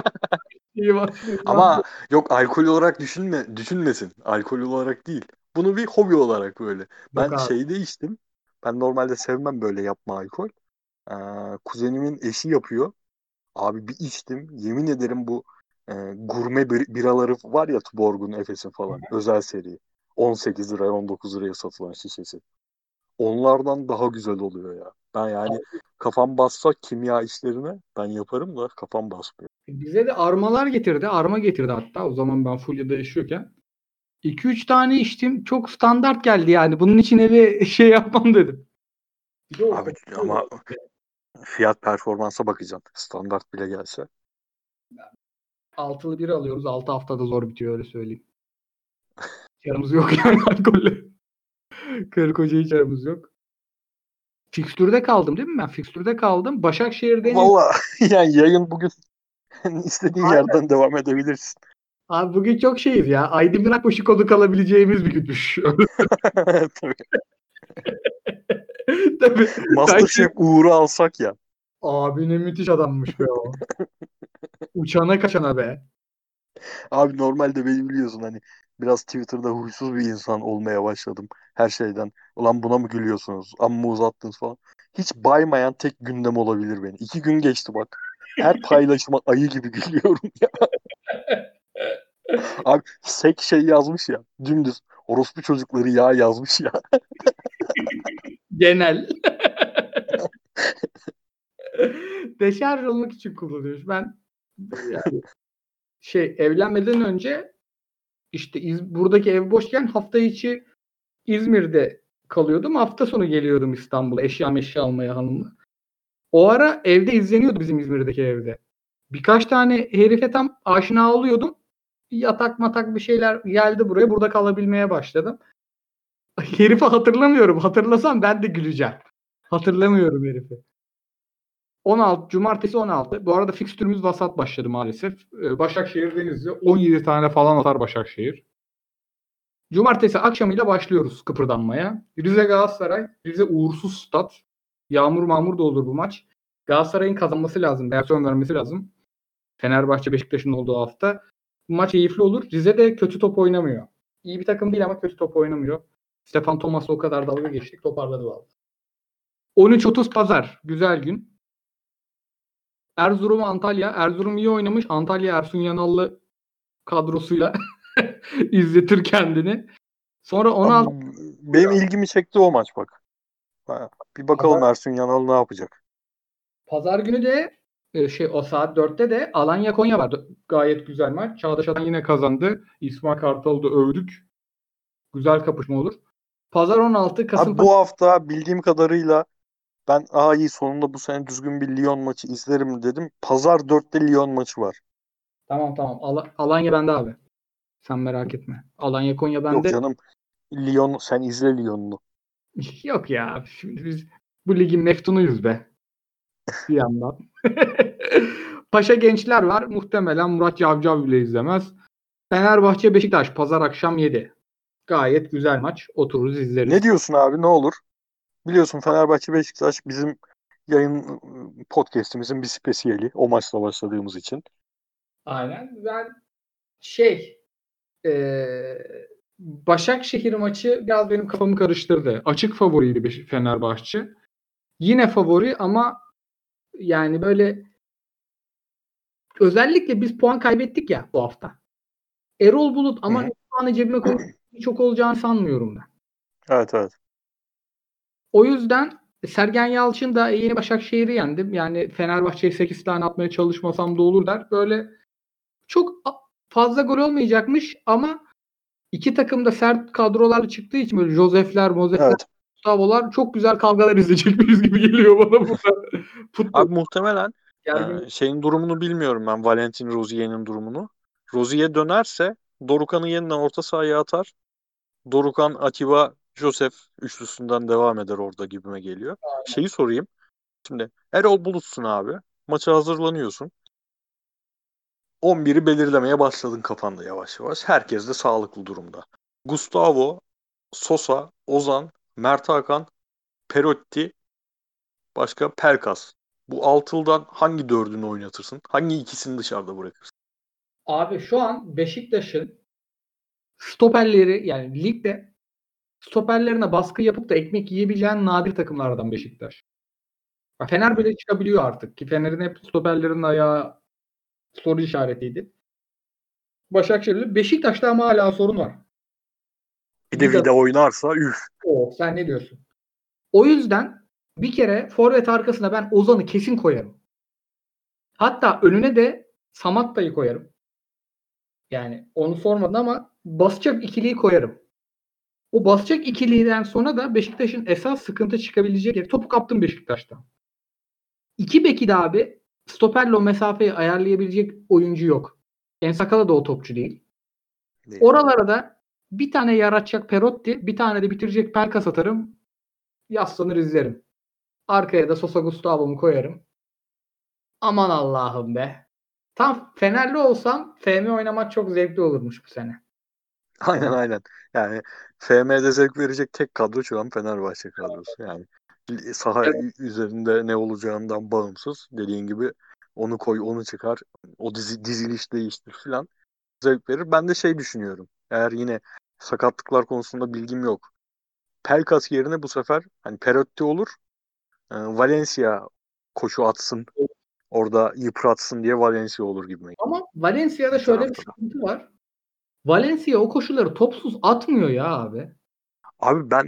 başlıyor. Ama yok, alkol olarak düşünmesin. Alkol olarak değil. Bunu bir hobi olarak böyle. Yok Ben abi. şeyde içtim. Ben normalde sevmem böyle yapma alkol. Kuzenimin eşi yapıyor. Abi bir içtim. Yemin ederim bu gurme biraları var ya, Tuborg'un, Efes'in falan. Özel seri. 18 liraya 19 liraya satılan şişesi. Onlardan daha güzel oluyor ya. Ben yani kafam bassa kimya işlerine ben yaparım da kafam basmıyor. Bize de armalar getirdi. Arma getirdi hatta. O zaman ben Fulya'da yaşıyorken. 2-3 tane içtim. Çok standart geldi yani. Bunun için eve şey yapmam dedim. Bir de o Abi ama kokuyor. fiyat performansa bakacaksın. Standart bile gelse. Altılı bir alıyoruz. 6 haftada zor bitiyor öyle söyleyeyim. Çarımız yok yani alkolle. Karı koca hiç aramız yok. Fikstürde kaldım değil mi ben? Fikstürde kaldım. Başakşehir Deniz. Valla yani yayın bugün istediğin Aynen. yerden devam edebilirsin. Abi bugün çok şeyiz ya. Aydın Akbaşı konu kalabileceğimiz bir günmüş. Tabii. Tabii. Sanki MasterChef Uğur'u alsak ya. abi ne müthiş adammış be o. Uçana kaçana be. Abi normalde beni biliyorsun, hani biraz Twitter'da huysuz bir insan olmaya başladım her şeyden. Ulan buna mı gülüyorsunuz? Amma uzattınız falan. Hiç baymayan tek gündem olabilir beni. 2 gün geçti bak. Her paylaşıma ayı gibi gülüyorum ya. Abi Sek şey yazmış ya. Dümdüz. Orospu çocukları ya yazmış ya. Genel. Deşarj olmak için kullanıyoruz. Ben yani evlenmeden önce işte buradaki ev boşken hafta içi İzmir'de kalıyordum. Hafta sonu geliyordum İstanbul'a eşya almaya hanımla. O ara evde izleniyordu bizim İzmir'deki evde. Birkaç tane herife tam aşina oluyordum. Yatak matak bir şeyler geldi buraya. Burada kalabilmeye başladım. Herifi hatırlamıyorum. Hatırlasam ben de güleceğim. Hatırlamıyorum herifi. 16 Cumartesi 16. Bu arada fikstürümüz vasat başladı maalesef. Başakşehir Denizli 17 tane falan atar Başakşehir. Cumartesi akşamıyla başlıyoruz kıpırdanmaya. Rize Galatasaray. Rize uğursuz stat. Yağmur mağmur da olur bu maç. Galatasaray'ın kazanması lazım. Reaksiyon vermesi lazım. Fenerbahçe Beşiktaş'ın olduğu hafta. Bu maç keyifli olur. Rize de kötü top oynamıyor. İyi bir takım değil ama kötü top oynamıyor. Stefan Thomas'la o kadar dalga geçtik. Toparladı vallahi. 13.30 pazar. Güzel gün. Erzurum Antalya. Erzurum iyi oynamış. Antalya Ersun Yanallı kadrosuyla izletir kendini. Sonra Abi, 16 benim ilgimi çekti o maç bak. Ha, bir bakalım pazar, Ersun Yanal ne yapacak. pazar günü de o saat 4'te de Alanya Konya var. Gayet güzel maç. Çağdaş Atan yine kazandı. İsmail Kartal'ı da övdük. Güzel kapışma olur. Pazar 16 Abi Kasımpaşa. bu hafta bildiğim kadarıyla ben iyi sonunda bu sene düzgün bir Lyon maçı izlerim dedim. Pazar 4'te Lyon maçı var. Tamam tamam. Alanya bende abi. Sen merak etme. Alanya Konya Yok bende. canım, Lyon, sen izle Lyon'unu. Yok ya. Şimdi biz bu ligin meftunuyuz be. Bir yandan. Paşa Gençler var. Muhtemelen Murat Cavcav bile izlemez. Fenerbahçe Beşiktaş pazar akşam 7. Gayet güzel maç. Otururuz Ne izleriz. diyorsun abi, ne olur? Biliyorsun Fenerbahçe Beşiktaş bizim yayın podcast'imizin bir spesiyeli. O maçla başladığımız için. Aynen. Ben Başakşehir maçı biraz benim kafamı karıştırdı. Açık favoriydi Fenerbahçe. Yine favori ama yani böyle özellikle biz puan kaybettik ya bu hafta. Erol Bulut Hı ama hı. puanı cebime koyup çok olacağını sanmıyorum ben. Evet evet. O yüzden Sergen Yalçın da yeni Başakşehir'i yendim. Yani Fenerbahçe'ye 8 tane atmaya çalışmasam da olur der. Böyle çok fazla gol olmayacakmış ama iki takım da sert kadrolarla çıktığı için böyle Josef'ler, Evet. Gustavo'lar çok güzel kavgalar izleyecekmişiz gibi geliyor bana burada. Futbol Abi muhtemelen gergin. şeyin durumunu bilmiyorum ben. Valentin Rozier'in durumunu. Rozier dönerse Dorukhan'ı yeniden orta sahaya atar. Dorukhan, Atiba, Josef üçlüsünden devam eder orada gibime geliyor. Şeyi sorayım. Şimdi Erol Bulut'sun abi. Maça hazırlanıyorsun. 11'i belirlemeye başladın kafanda yavaş yavaş. Herkes de sağlıklı durumda. Gustavo, Sosa, Ozan, Mert Hakan, Perotti, başka Pelkas. Bu altıldan hangi dördünü oynatırsın? Hangi ikisini dışarıda bırakırsın? Abi şu an Beşiktaş'ın stoperleri yani ligde stoperlerine baskı yapıp da ekmek yiyebileceğin nadir takımlardan Beşiktaş. Hı Fener hı. bile çıkabiliyor artık ki Fener'in hep stoperlerinin ayağı soru işaretiydi. Başakşehir'le Beşiktaş'ta ama hala sorun var. Bir de Vida oynarsa üf. Sen ne diyorsun? O yüzden bir kere forvet arkasına ben Ozan'ı kesin koyarım. Hatta önüne de Samatta'yı koyarım. Yani onu sormadın ama basacak ikiliyi koyarım. O basacak ikiliden sonra da Beşiktaş'ın esas sıkıntı çıkabilecek yeri topu kaptım Beşiktaş'tan. İki beki de abi stoperle o mesafeyi ayarlayabilecek oyuncu yok. Ensakala da o topçu değil. Değil. Oralara da bir tane yaratacak Perotti, bir tane de bitirecek Pelkas atarım. Yaslanır izlerim. Arkaya da Sosa Gustavo'mu koyarım. Aman Allah'ım be. Tam Fenerli olsam FM oynamak çok zevkli olurmuş bu sene. Aynen aynen. Yani FM'de zevk verecek tek kadro şu an Fenerbahçe kadrosu. Yani saha Evet. üzerinde ne olacağından bağımsız. Dediğin gibi onu koy, onu çıkar. O diziliş değiştir filan. Zevk verir. Ben de şey düşünüyorum. Eğer yine sakatlıklar konusunda bilgim yok. Pelkas yerine bu sefer hani Perotti olur. Valencia koşu atsın. Orada yıpratsın diye Valencia olur gibi Ama Valencia'da bir şöyle bir tarafta da. sıkıntı var. Valencia o koşuları topsuz atmıyor ya abi. Abi ben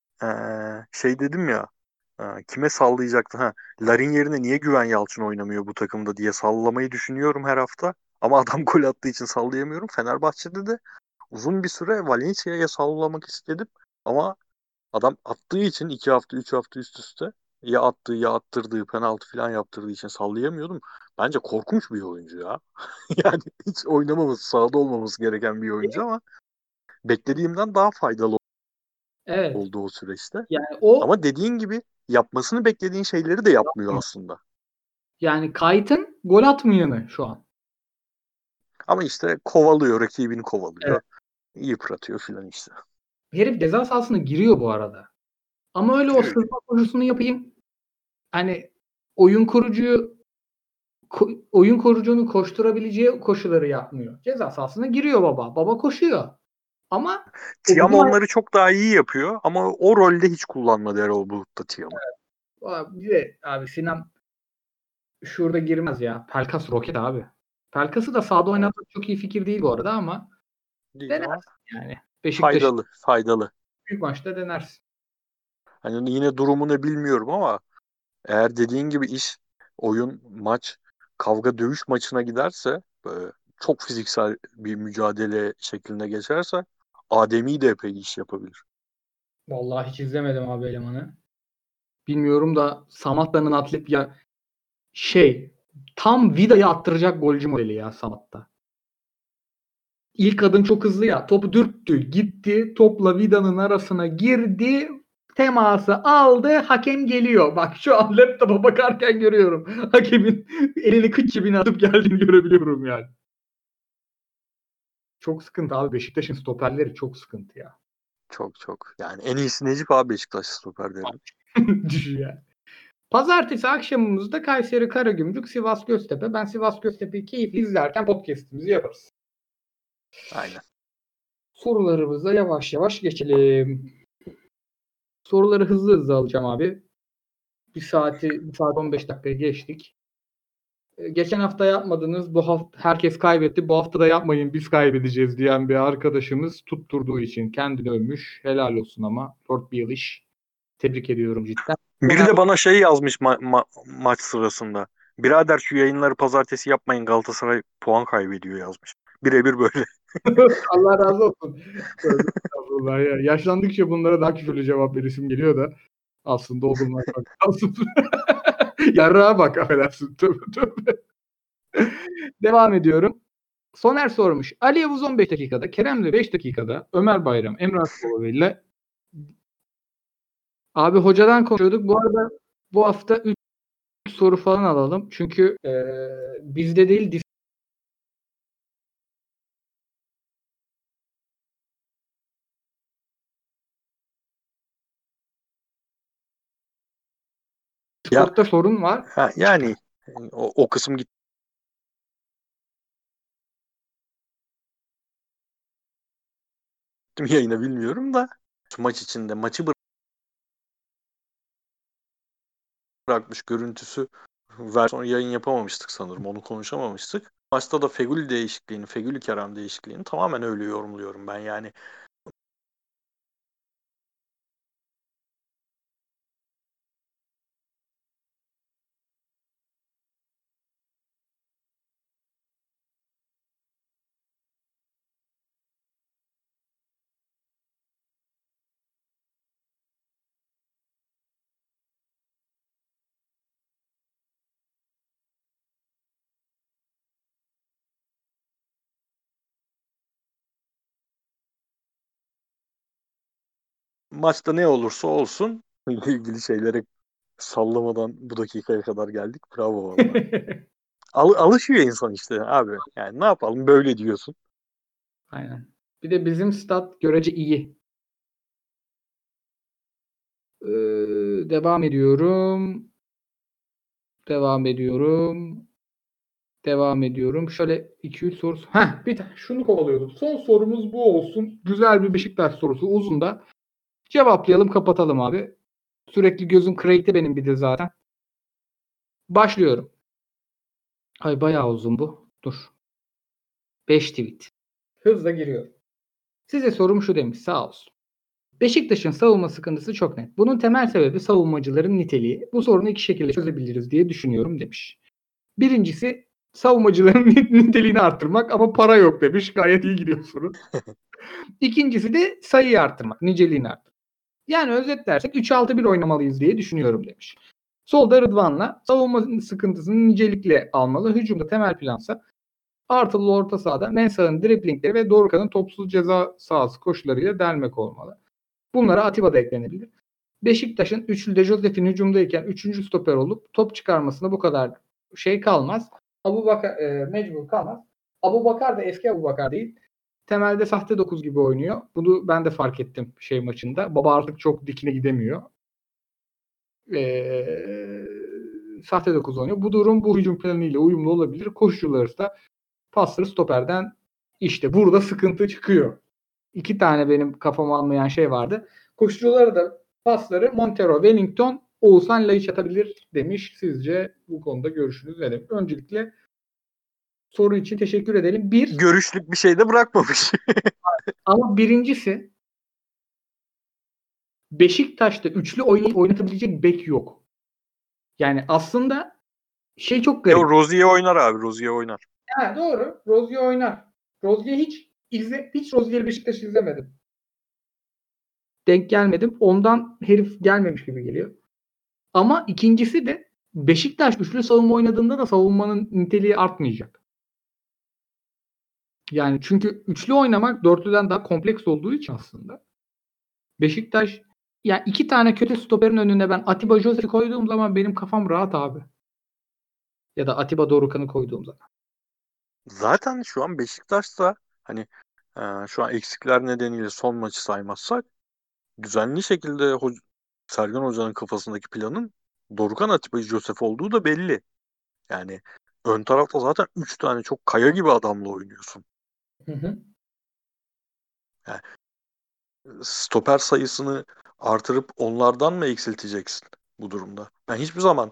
şey dedim ya, kime sallayacaktı? Ha, Larin yerine niye Güven Yalçın oynamıyor bu takımda diye sallamayı düşünüyorum her hafta. Ama adam gol attığı için sallayamıyorum. Fenerbahçe'de de uzun bir süre Valencia'ya sallamak istedim. Ama adam attığı için 2 hafta 3 hafta üst üste ya attığı ya attırdığı penaltı falan yaptırdığı için sallayamıyordum. Bence korkunç bir oyuncu ya. Yani hiç oynamaması, sahada olmaması gereken bir oyuncu ama beklediğimden daha faydalı Evet. oldu o süreçte. Yani o Ama dediğin gibi yapmasını beklediğin şeyleri de yapmıyor aslında. yani Kayt'ın gol atmayanı şu an. Ama işte kovalıyor, rakibini Evet. kovalıyor, yıpratıyor filan işte. Herif ceza sahasına giriyor bu arada. Ama öyle o Giriyor giriyor. sırtma koşusunu yapayım. Hani oyun kurucuyu oyun kurucunun koşturabileceği koşuları yapmıyor. Ceza sahasına giriyor baba. Baba koşuyor. Ama o Tiam bizim onları çok daha iyi yapıyor ama o rolde hiç kullanmadı Erol Bulut'ta Tiam'ı. bize abi Sinan şurada girmez ya. Pelkas roket abi. Pelkas'ı da sahada Evet. oynatmak çok iyi fikir değil bu arada ama Değil ama denersin yani. Beşiktaş faydalı, faydalı. büyük maçta denersin. Hani yine durumunu bilmiyorum ama eğer dediğin gibi iş, oyun, maç, kavga dövüş maçına giderse, böyle çok fiziksel bir mücadele şeklinde geçerse Ademi de epey iş yapabilir. Vallahi hiç izlemedim abi elemanı. Bilmiyorum da Samatta'nın atlet ya tam Vida'yı attıracak golcü modeli ya Samatta. İlk adım çok hızlı ya. Topu dürttü. Gitti. Topla Vida'nın arasına girdi. Teması aldı. Hakem geliyor. Bak şu an laptopa bakarken görüyorum. Hakemin elini kıç cebine atıp geldiğini görebiliyorum yani. Çok sıkıntı abi. Beşiktaş'ın stoperleri çok sıkıntı ya. Çok çok. Yani en iyisi Necip abi Beşiktaş stoper derim. Düşün yani. Pazartesi akşamımızda Kayseri Karagümrük, Sivas Göztepe. Ben Sivas Göztepe'yi keyifli izlerken podcast'imizi yaparız. Aynen. Sorularımıza yavaş yavaş geçelim. Soruları hızlı hızlı alacağım abi. Bir saat 15 dakikaya geçtik. geçen hafta yapmadınız, bu hafta herkes kaybetti, bu hafta da yapmayın biz kaybedeceğiz diyen bir arkadaşımız tutturduğu için kendini övmüş. Helal olsun ama. Lord Baelish. Tebrik ediyorum cidden. Biri de bana şey yazmış maç sırasında. Birader şu yayınları pazartesi yapmayın, Galatasaray puan kaybediyor yazmış. Birebir böyle. Allah razı olsun. Tövbe estağfurullah ya. Yaşlandıkça bunlara daha küfürlü cevap veresim geliyor da aslında olgunlar bak. Aslında yarrağa bak, affedersin. Tövbe tövbe. Devam ediyorum. Soner sormuş. Ali Yavuz 15 dakikada, Kerem de 5 dakikada, Ömer Bayram, Emre Akbaba ile abi hocadan konuşuyorduk. Bu arada bu hafta 3 soru falan alalım. Çünkü bizde değil Ya Discord'da sorun var. yani o kısım gitti mi yayına bilmiyorum da maç içinde maçı bırakmış görüntüsü sonra yayın yapamamıştık sanırım. Onu konuşamamıştık. Maçta da Feguli Kerem değişikliğini tamamen öyle yorumluyorum ben. Yani maçta ne olursa olsun ilgili şeylere sallamadan bu dakikaya kadar geldik. Bravo valla. Alışıyor insan işte abi. Yani ne yapalım böyle diyorsun. Aynen. Bir de bizim stat görece iyi. Devam ediyorum. Devam ediyorum. Devam ediyorum. Şöyle 2-3 soru. Bir tane şunu kovalıyordum. Son sorumuz bu olsun. Güzel bir Beşiktaş sorusu. Uzun da. Cevaplayalım, kapatalım abi. Sürekli gözüm Craig'de benim bir de zaten. Başlıyorum. Ay bayağı uzun bu. Dur. 5 tweet. Hızla giriyorum. Size sorum şu demiş, sağ olsun. Beşiktaş'ın savunma sıkıntısı çok net. Bunun temel sebebi savunmacıların niteliği. Bu sorunu iki şekilde çözebiliriz diye düşünüyorum demiş. Birincisi savunmacıların niteliğini arttırmak ama para yok demiş. Gayet iyi gidiyorsunuz. İkincisi de sayıyı arttırmak, niceliğini arttırmak. Yani özetlersek 3-6-1 oynamalıyız diye düşünüyorum demiş. Solda Rıdvan'la savunma sıkıntısını nicelikle almalı. Hücumda temel plansa artılı orta sahada Mensah'ın driblingleri ve Dorukhan'ın topsuz ceza sahası koşularıyla delmek olmalı. Bunlara Atiba da eklenebilir. Beşiktaş'ın üçlüde Josef'in hücumdayken 3. stoper olup top çıkarmasına bu kadar şey kalmaz. Abubakar mecbur kalmaz. Abubakar da eski Abubakar değil. Temelde sahte 9 gibi oynuyor. Bunu ben de fark ettim şey maçında. Baba artık çok dikine gidemiyor. Sahte 9 oynuyor. Bu durum bu hücum planıyla uyumlu olabilir. Koşucuları da pasları stoperden işte burada sıkıntı çıkıyor. 2 tane benim kafamı almayan şey vardı. Koşucuları da pasları Montero, Wellington, Oğuzhan Laiç atabilir demiş. Sizce bu konuda görüşünüz nedir? Öncelikle soru için teşekkür edelim. Görüşlük bir şey de bırakmamış. Ama birincisi Beşiktaş'ta üçlü oynatabilecek bek yok. Yani aslında şey çok garip. Rozier oynar abi. Rozier oynar. Doğru. Rozier oynar. Rozier hiç Rozier'i Beşiktaş izlemedim. Denk gelmedim. Ondan herif gelmemiş gibi geliyor. Ama ikincisi de Beşiktaş üçlü savunma oynadığında da savunmanın niteliği artmayacak. Yani çünkü üçlü oynamak dörtlüden daha kompleks olduğu için aslında. Beşiktaş yani 2 tane kötü stoperin önüne ben Atiba Josep'i koyduğum zaman benim kafam rahat abi. Ya da Atiba Dorukhan'ı koyduğum zaman. Zaten şu an Beşiktaş'ta hani şu an eksikler nedeniyle son maçı saymazsak düzenli şekilde Sergen Hoca'nın kafasındaki planın Dorukhan Atiba Joseph olduğu da belli. Yani ön tarafta zaten 3 tane çok kaya gibi adamla oynuyorsun. Hı hı. Yani stoper sayısını artırıp onlardan mı eksilteceksin bu durumda? Ben hiçbir zaman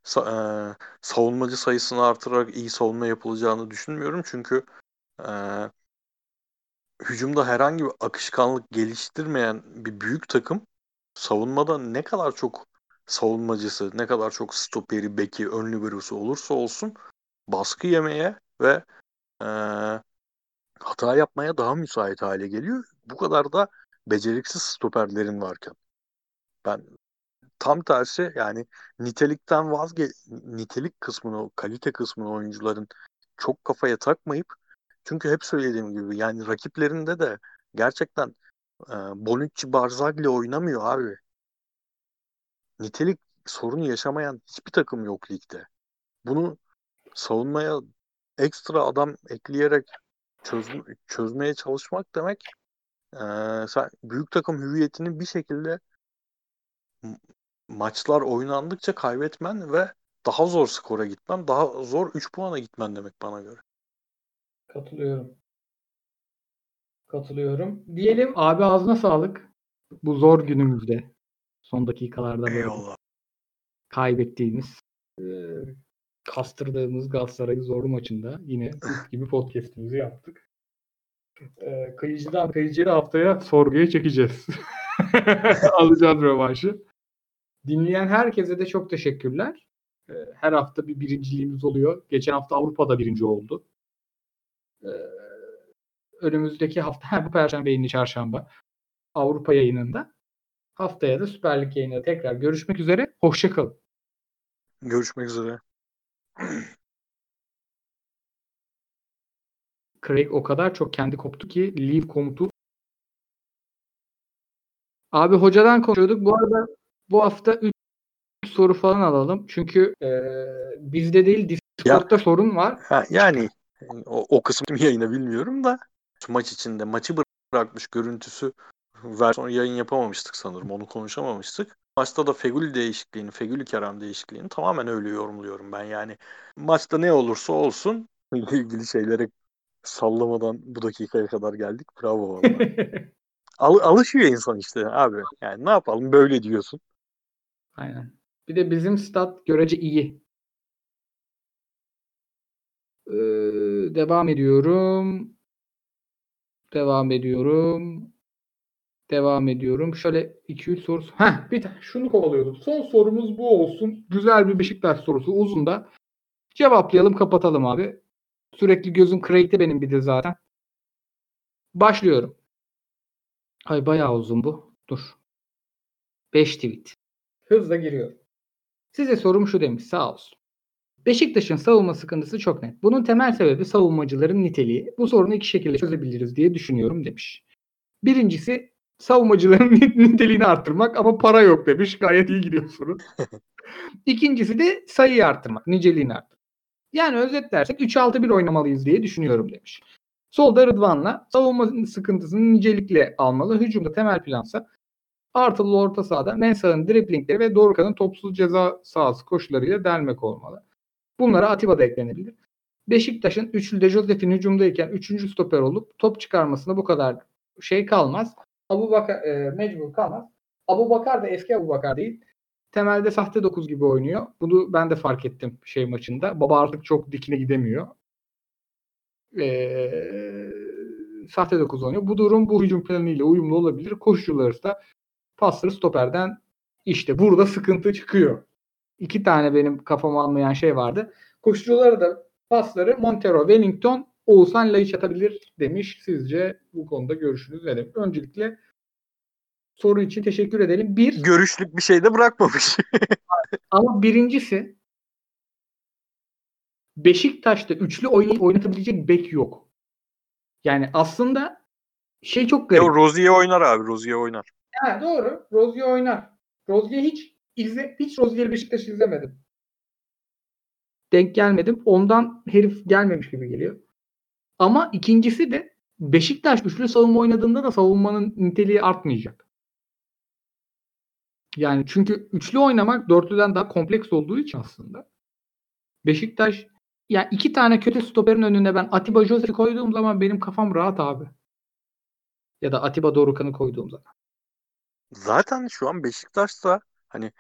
savunmacı sayısını artırarak iyi savunma yapılacağını düşünmüyorum. Çünkü e, hücumda herhangi bir akışkanlık geliştirmeyen bir büyük takım savunmada ne kadar çok savunmacısı, ne kadar çok stoperi, beki, ön liberosu olursa olsun baskı yemeye ve e, hata yapmaya daha müsait hale geliyor. Bu kadar da beceriksiz stoperlerin varken. Ben tam tersi yani nitelik kısmını, o kalite kısmını oyuncuların çok kafaya takmayıp çünkü hep söylediğim gibi yani rakiplerinde de gerçekten Bonucci Barzagli oynamıyor abi. Nitelik sorunu yaşamayan hiçbir takım yok ligde. Bunu savunmaya ekstra adam ekleyerek çözmeye çalışmak demek sen büyük takım hüviyetini bir şekilde m- maçlar oynandıkça kaybetmen ve daha zor skora gitmen, daha zor 3 puana gitmen demek bana göre. Katılıyorum. Katılıyorum. Diyelim abi ağzına sağlık. Bu zor günümüzde son dakikalarda böyle Eyvallah. kaybettiğimiz kastırdığımız Galatasaray'ın zorlu maçında yine buz gibi podcast'imizi yaptık. Kıyıcıdan kıyıcıya haftaya sorguya çekeceğiz. Alacağız rövanşı. Dinleyen herkese de çok teşekkürler. Her hafta bir birinciliğimiz oluyor. Geçen hafta Avrupa'da birinci oldu. Önümüzdeki hafta, bu Perşembe yayını çarşamba Avrupa yayınında. Haftaya da Süper Lig yayınında tekrar görüşmek üzere. Hoşça kalın. Görüşmek üzere. Craig o kadar çok kendi koptu ki leave komutu. Abi hocadan konuşuyorduk. Bu arada bu hafta 3 soru falan alalım. Çünkü bizde değil Ya Discord'da sorun var. yani o kısmı yayına bilmiyorum da şu maç içinde maçı bırakmış görüntüsü versiyon yayın yapamamıştık sanırım. Onu konuşamamıştık. Maçta da Fegüli Kerem değişikliğini tamamen öyle yorumluyorum ben. Yani maçta ne olursa olsun ilgili şeylere sallamadan bu dakikaya kadar geldik. Bravo valla. Alışıyor insan işte abi. Yani ne yapalım böyle diyorsun. Aynen. Bir de bizim stat görece iyi. Devam ediyorum. Devam ediyorum. Devam ediyorum. Şöyle 2-3 soru. Bir tane şunu kovalıyordum. Son sorumuz bu olsun. Güzel bir Beşiktaş sorusu. Uzun da. Cevaplayalım, kapatalım abi. Sürekli gözüm Craig'de benim bir de zaten. Başlıyorum. Ay bayağı uzun bu. Dur. 5 tweet. Hızla giriyor. Size sorum şu demiş, sağ olsun. Beşiktaş'ın savunma sıkıntısı çok net. Bunun temel sebebi savunmacıların niteliği. Bu sorunu iki şekilde çözebiliriz diye düşünüyorum demiş. Birincisi savunmacıların niteliğini arttırmak ama para yok demiş. Gayet iyi gidiyor soru. İkincisi de sayıyı arttırmak, niceliğini arttırmak. Yani özetlersek 3-6-1 oynamalıyız diye düşünüyorum demiş. Solda Rıdvan'la savunma sıkıntısını nicelikle almalı. Hücumda temel plansa artılı orta sahada Mensah'ın driblingleri ve Dorukhan'ın topsuz ceza sahası koşularıyla delmek olmalı. Bunlara Atiba da eklenebilir. Beşiktaş'ın üçlüde Josef'in hücumdayken 3. stoper olup top çıkarmasına bu kadar şey kalmaz. Abubakar mecbur kalmaz. Abubakar da eski Abubakar değil. Temelde sahte 9 gibi oynuyor. Bunu ben de fark ettim şey maçında. Baba artık çok dikine gidemiyor. Sahte 9 oynuyor. Bu durum bu hücum planıyla uyumlu olabilir. Koşucuları da pasları stoperden işte burada sıkıntı çıkıyor. 2 tane benim kafamı almayan şey vardı. Koşucuları da pasları Montero, Wellington, Oğuzhan Laiç atabilir demiş. Sizce bu konuda görüşünüz nedir? Öncelikle soru için teşekkür edelim. Görüşlük bir şey de bırakmamış. Ama birincisi Beşiktaş'ta üçlü oynatabilecek bek yok. Yani aslında şey çok garip. Rozier oynar abi. Rozier oynar. Doğru. Rozier oynar. Rozier hiç Rozier'i Beşiktaş izlemedim. Denk gelmedim. Ondan herif gelmemiş gibi geliyor. Ama ikincisi de Beşiktaş üçlü savunma oynadığında da savunmanın niteliği artmayacak. Yani çünkü üçlü oynamak dörtlüden daha kompleks olduğu için aslında. Beşiktaş yani 2 tane kötü stoperin önüne ben Atiba Josep'i koyduğum zaman benim kafam rahat abi. Ya da Atiba Dorukhan'ı koyduğum zaman. Zaten şu an Beşiktaş'ta hani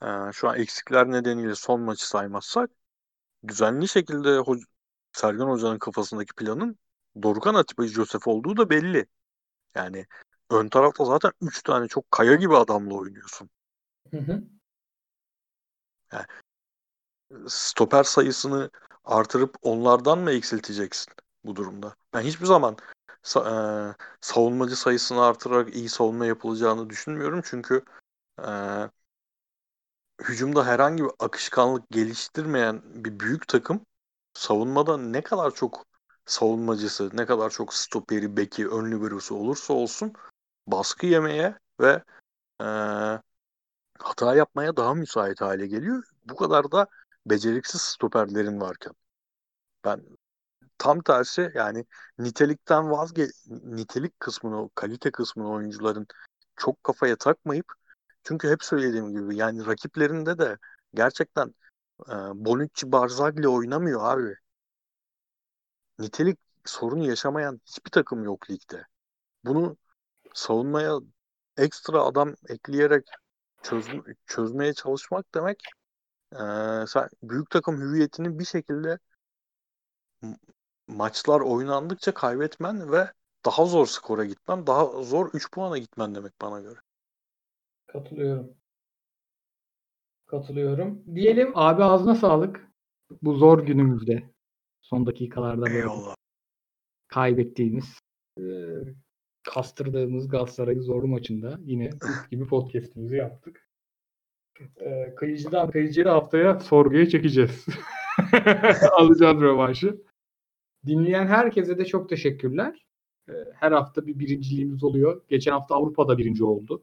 Şu an eksikler nedeniyle son maçı saymazsak düzenli şekilde Sergen Hoca'nın kafasındaki planın Dorukhan Atiba Joseph olduğu da belli. Yani ön tarafta zaten 3 tane çok kaya gibi adamla oynuyorsun. Hı hı. Yani stoper sayısını artırıp onlardan mı eksilteceksin bu durumda? Ben hiçbir zaman savunmacı sayısını artırarak iyi savunma yapılacağını düşünmüyorum. Çünkü e, hücumda herhangi bir akışkanlık geliştirmeyen bir büyük takım savunmada ne kadar çok savunmacısı, ne kadar çok stoperi, beki, ön liberosu olursa olsun baskı yemeye ve e, hata yapmaya daha müsait hale geliyor. Bu kadar da beceriksiz stoperlerin varken. Ben tam tersi yani nitelik kısmını, o kalite kısmını oyuncuların çok kafaya takmayıp çünkü hep söylediğim gibi yani rakiplerinde de gerçekten Bonucci Barzagli oynamıyor abi. Nitelik sorunu yaşamayan hiçbir takım yok ligde. Bunu savunmaya ekstra adam ekleyerek çözmeye çalışmak demek sen büyük takım hüviyetini bir şekilde m- maçlar oynandıkça kaybetmen ve daha zor skora gitmen, daha zor 3 puana gitmen demek bana göre. Katılıyorum. Katılıyorum. Diyelim abi ağzına sağlık. Bu zor günümüzde son dakikalarda böyle Eyvallah. kaybettiğimiz kastırdığımız Galatasaray'ın zorlu maçında yine mis gibi podcast'imizi yaptık. Kayıcıdan kayıcıya haftaya sorguya çekeceğiz. Alacağız rövanşı. Dinleyen herkese de çok teşekkürler. Her hafta bir birinciliğimiz oluyor. Geçen hafta Avrupa'da birinci oldu.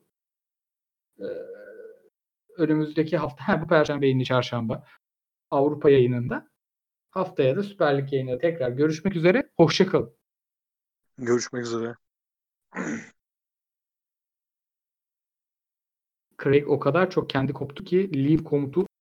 Önümüzdeki hafta, bu Perşembe yayını çarşamba Avrupa yayınında. Haftaya da Süper Lig yayınında tekrar görüşmek üzere. Hoşça kalın. Görüşmek üzere. Craig o kadar çok kendi koptu ki leave komutu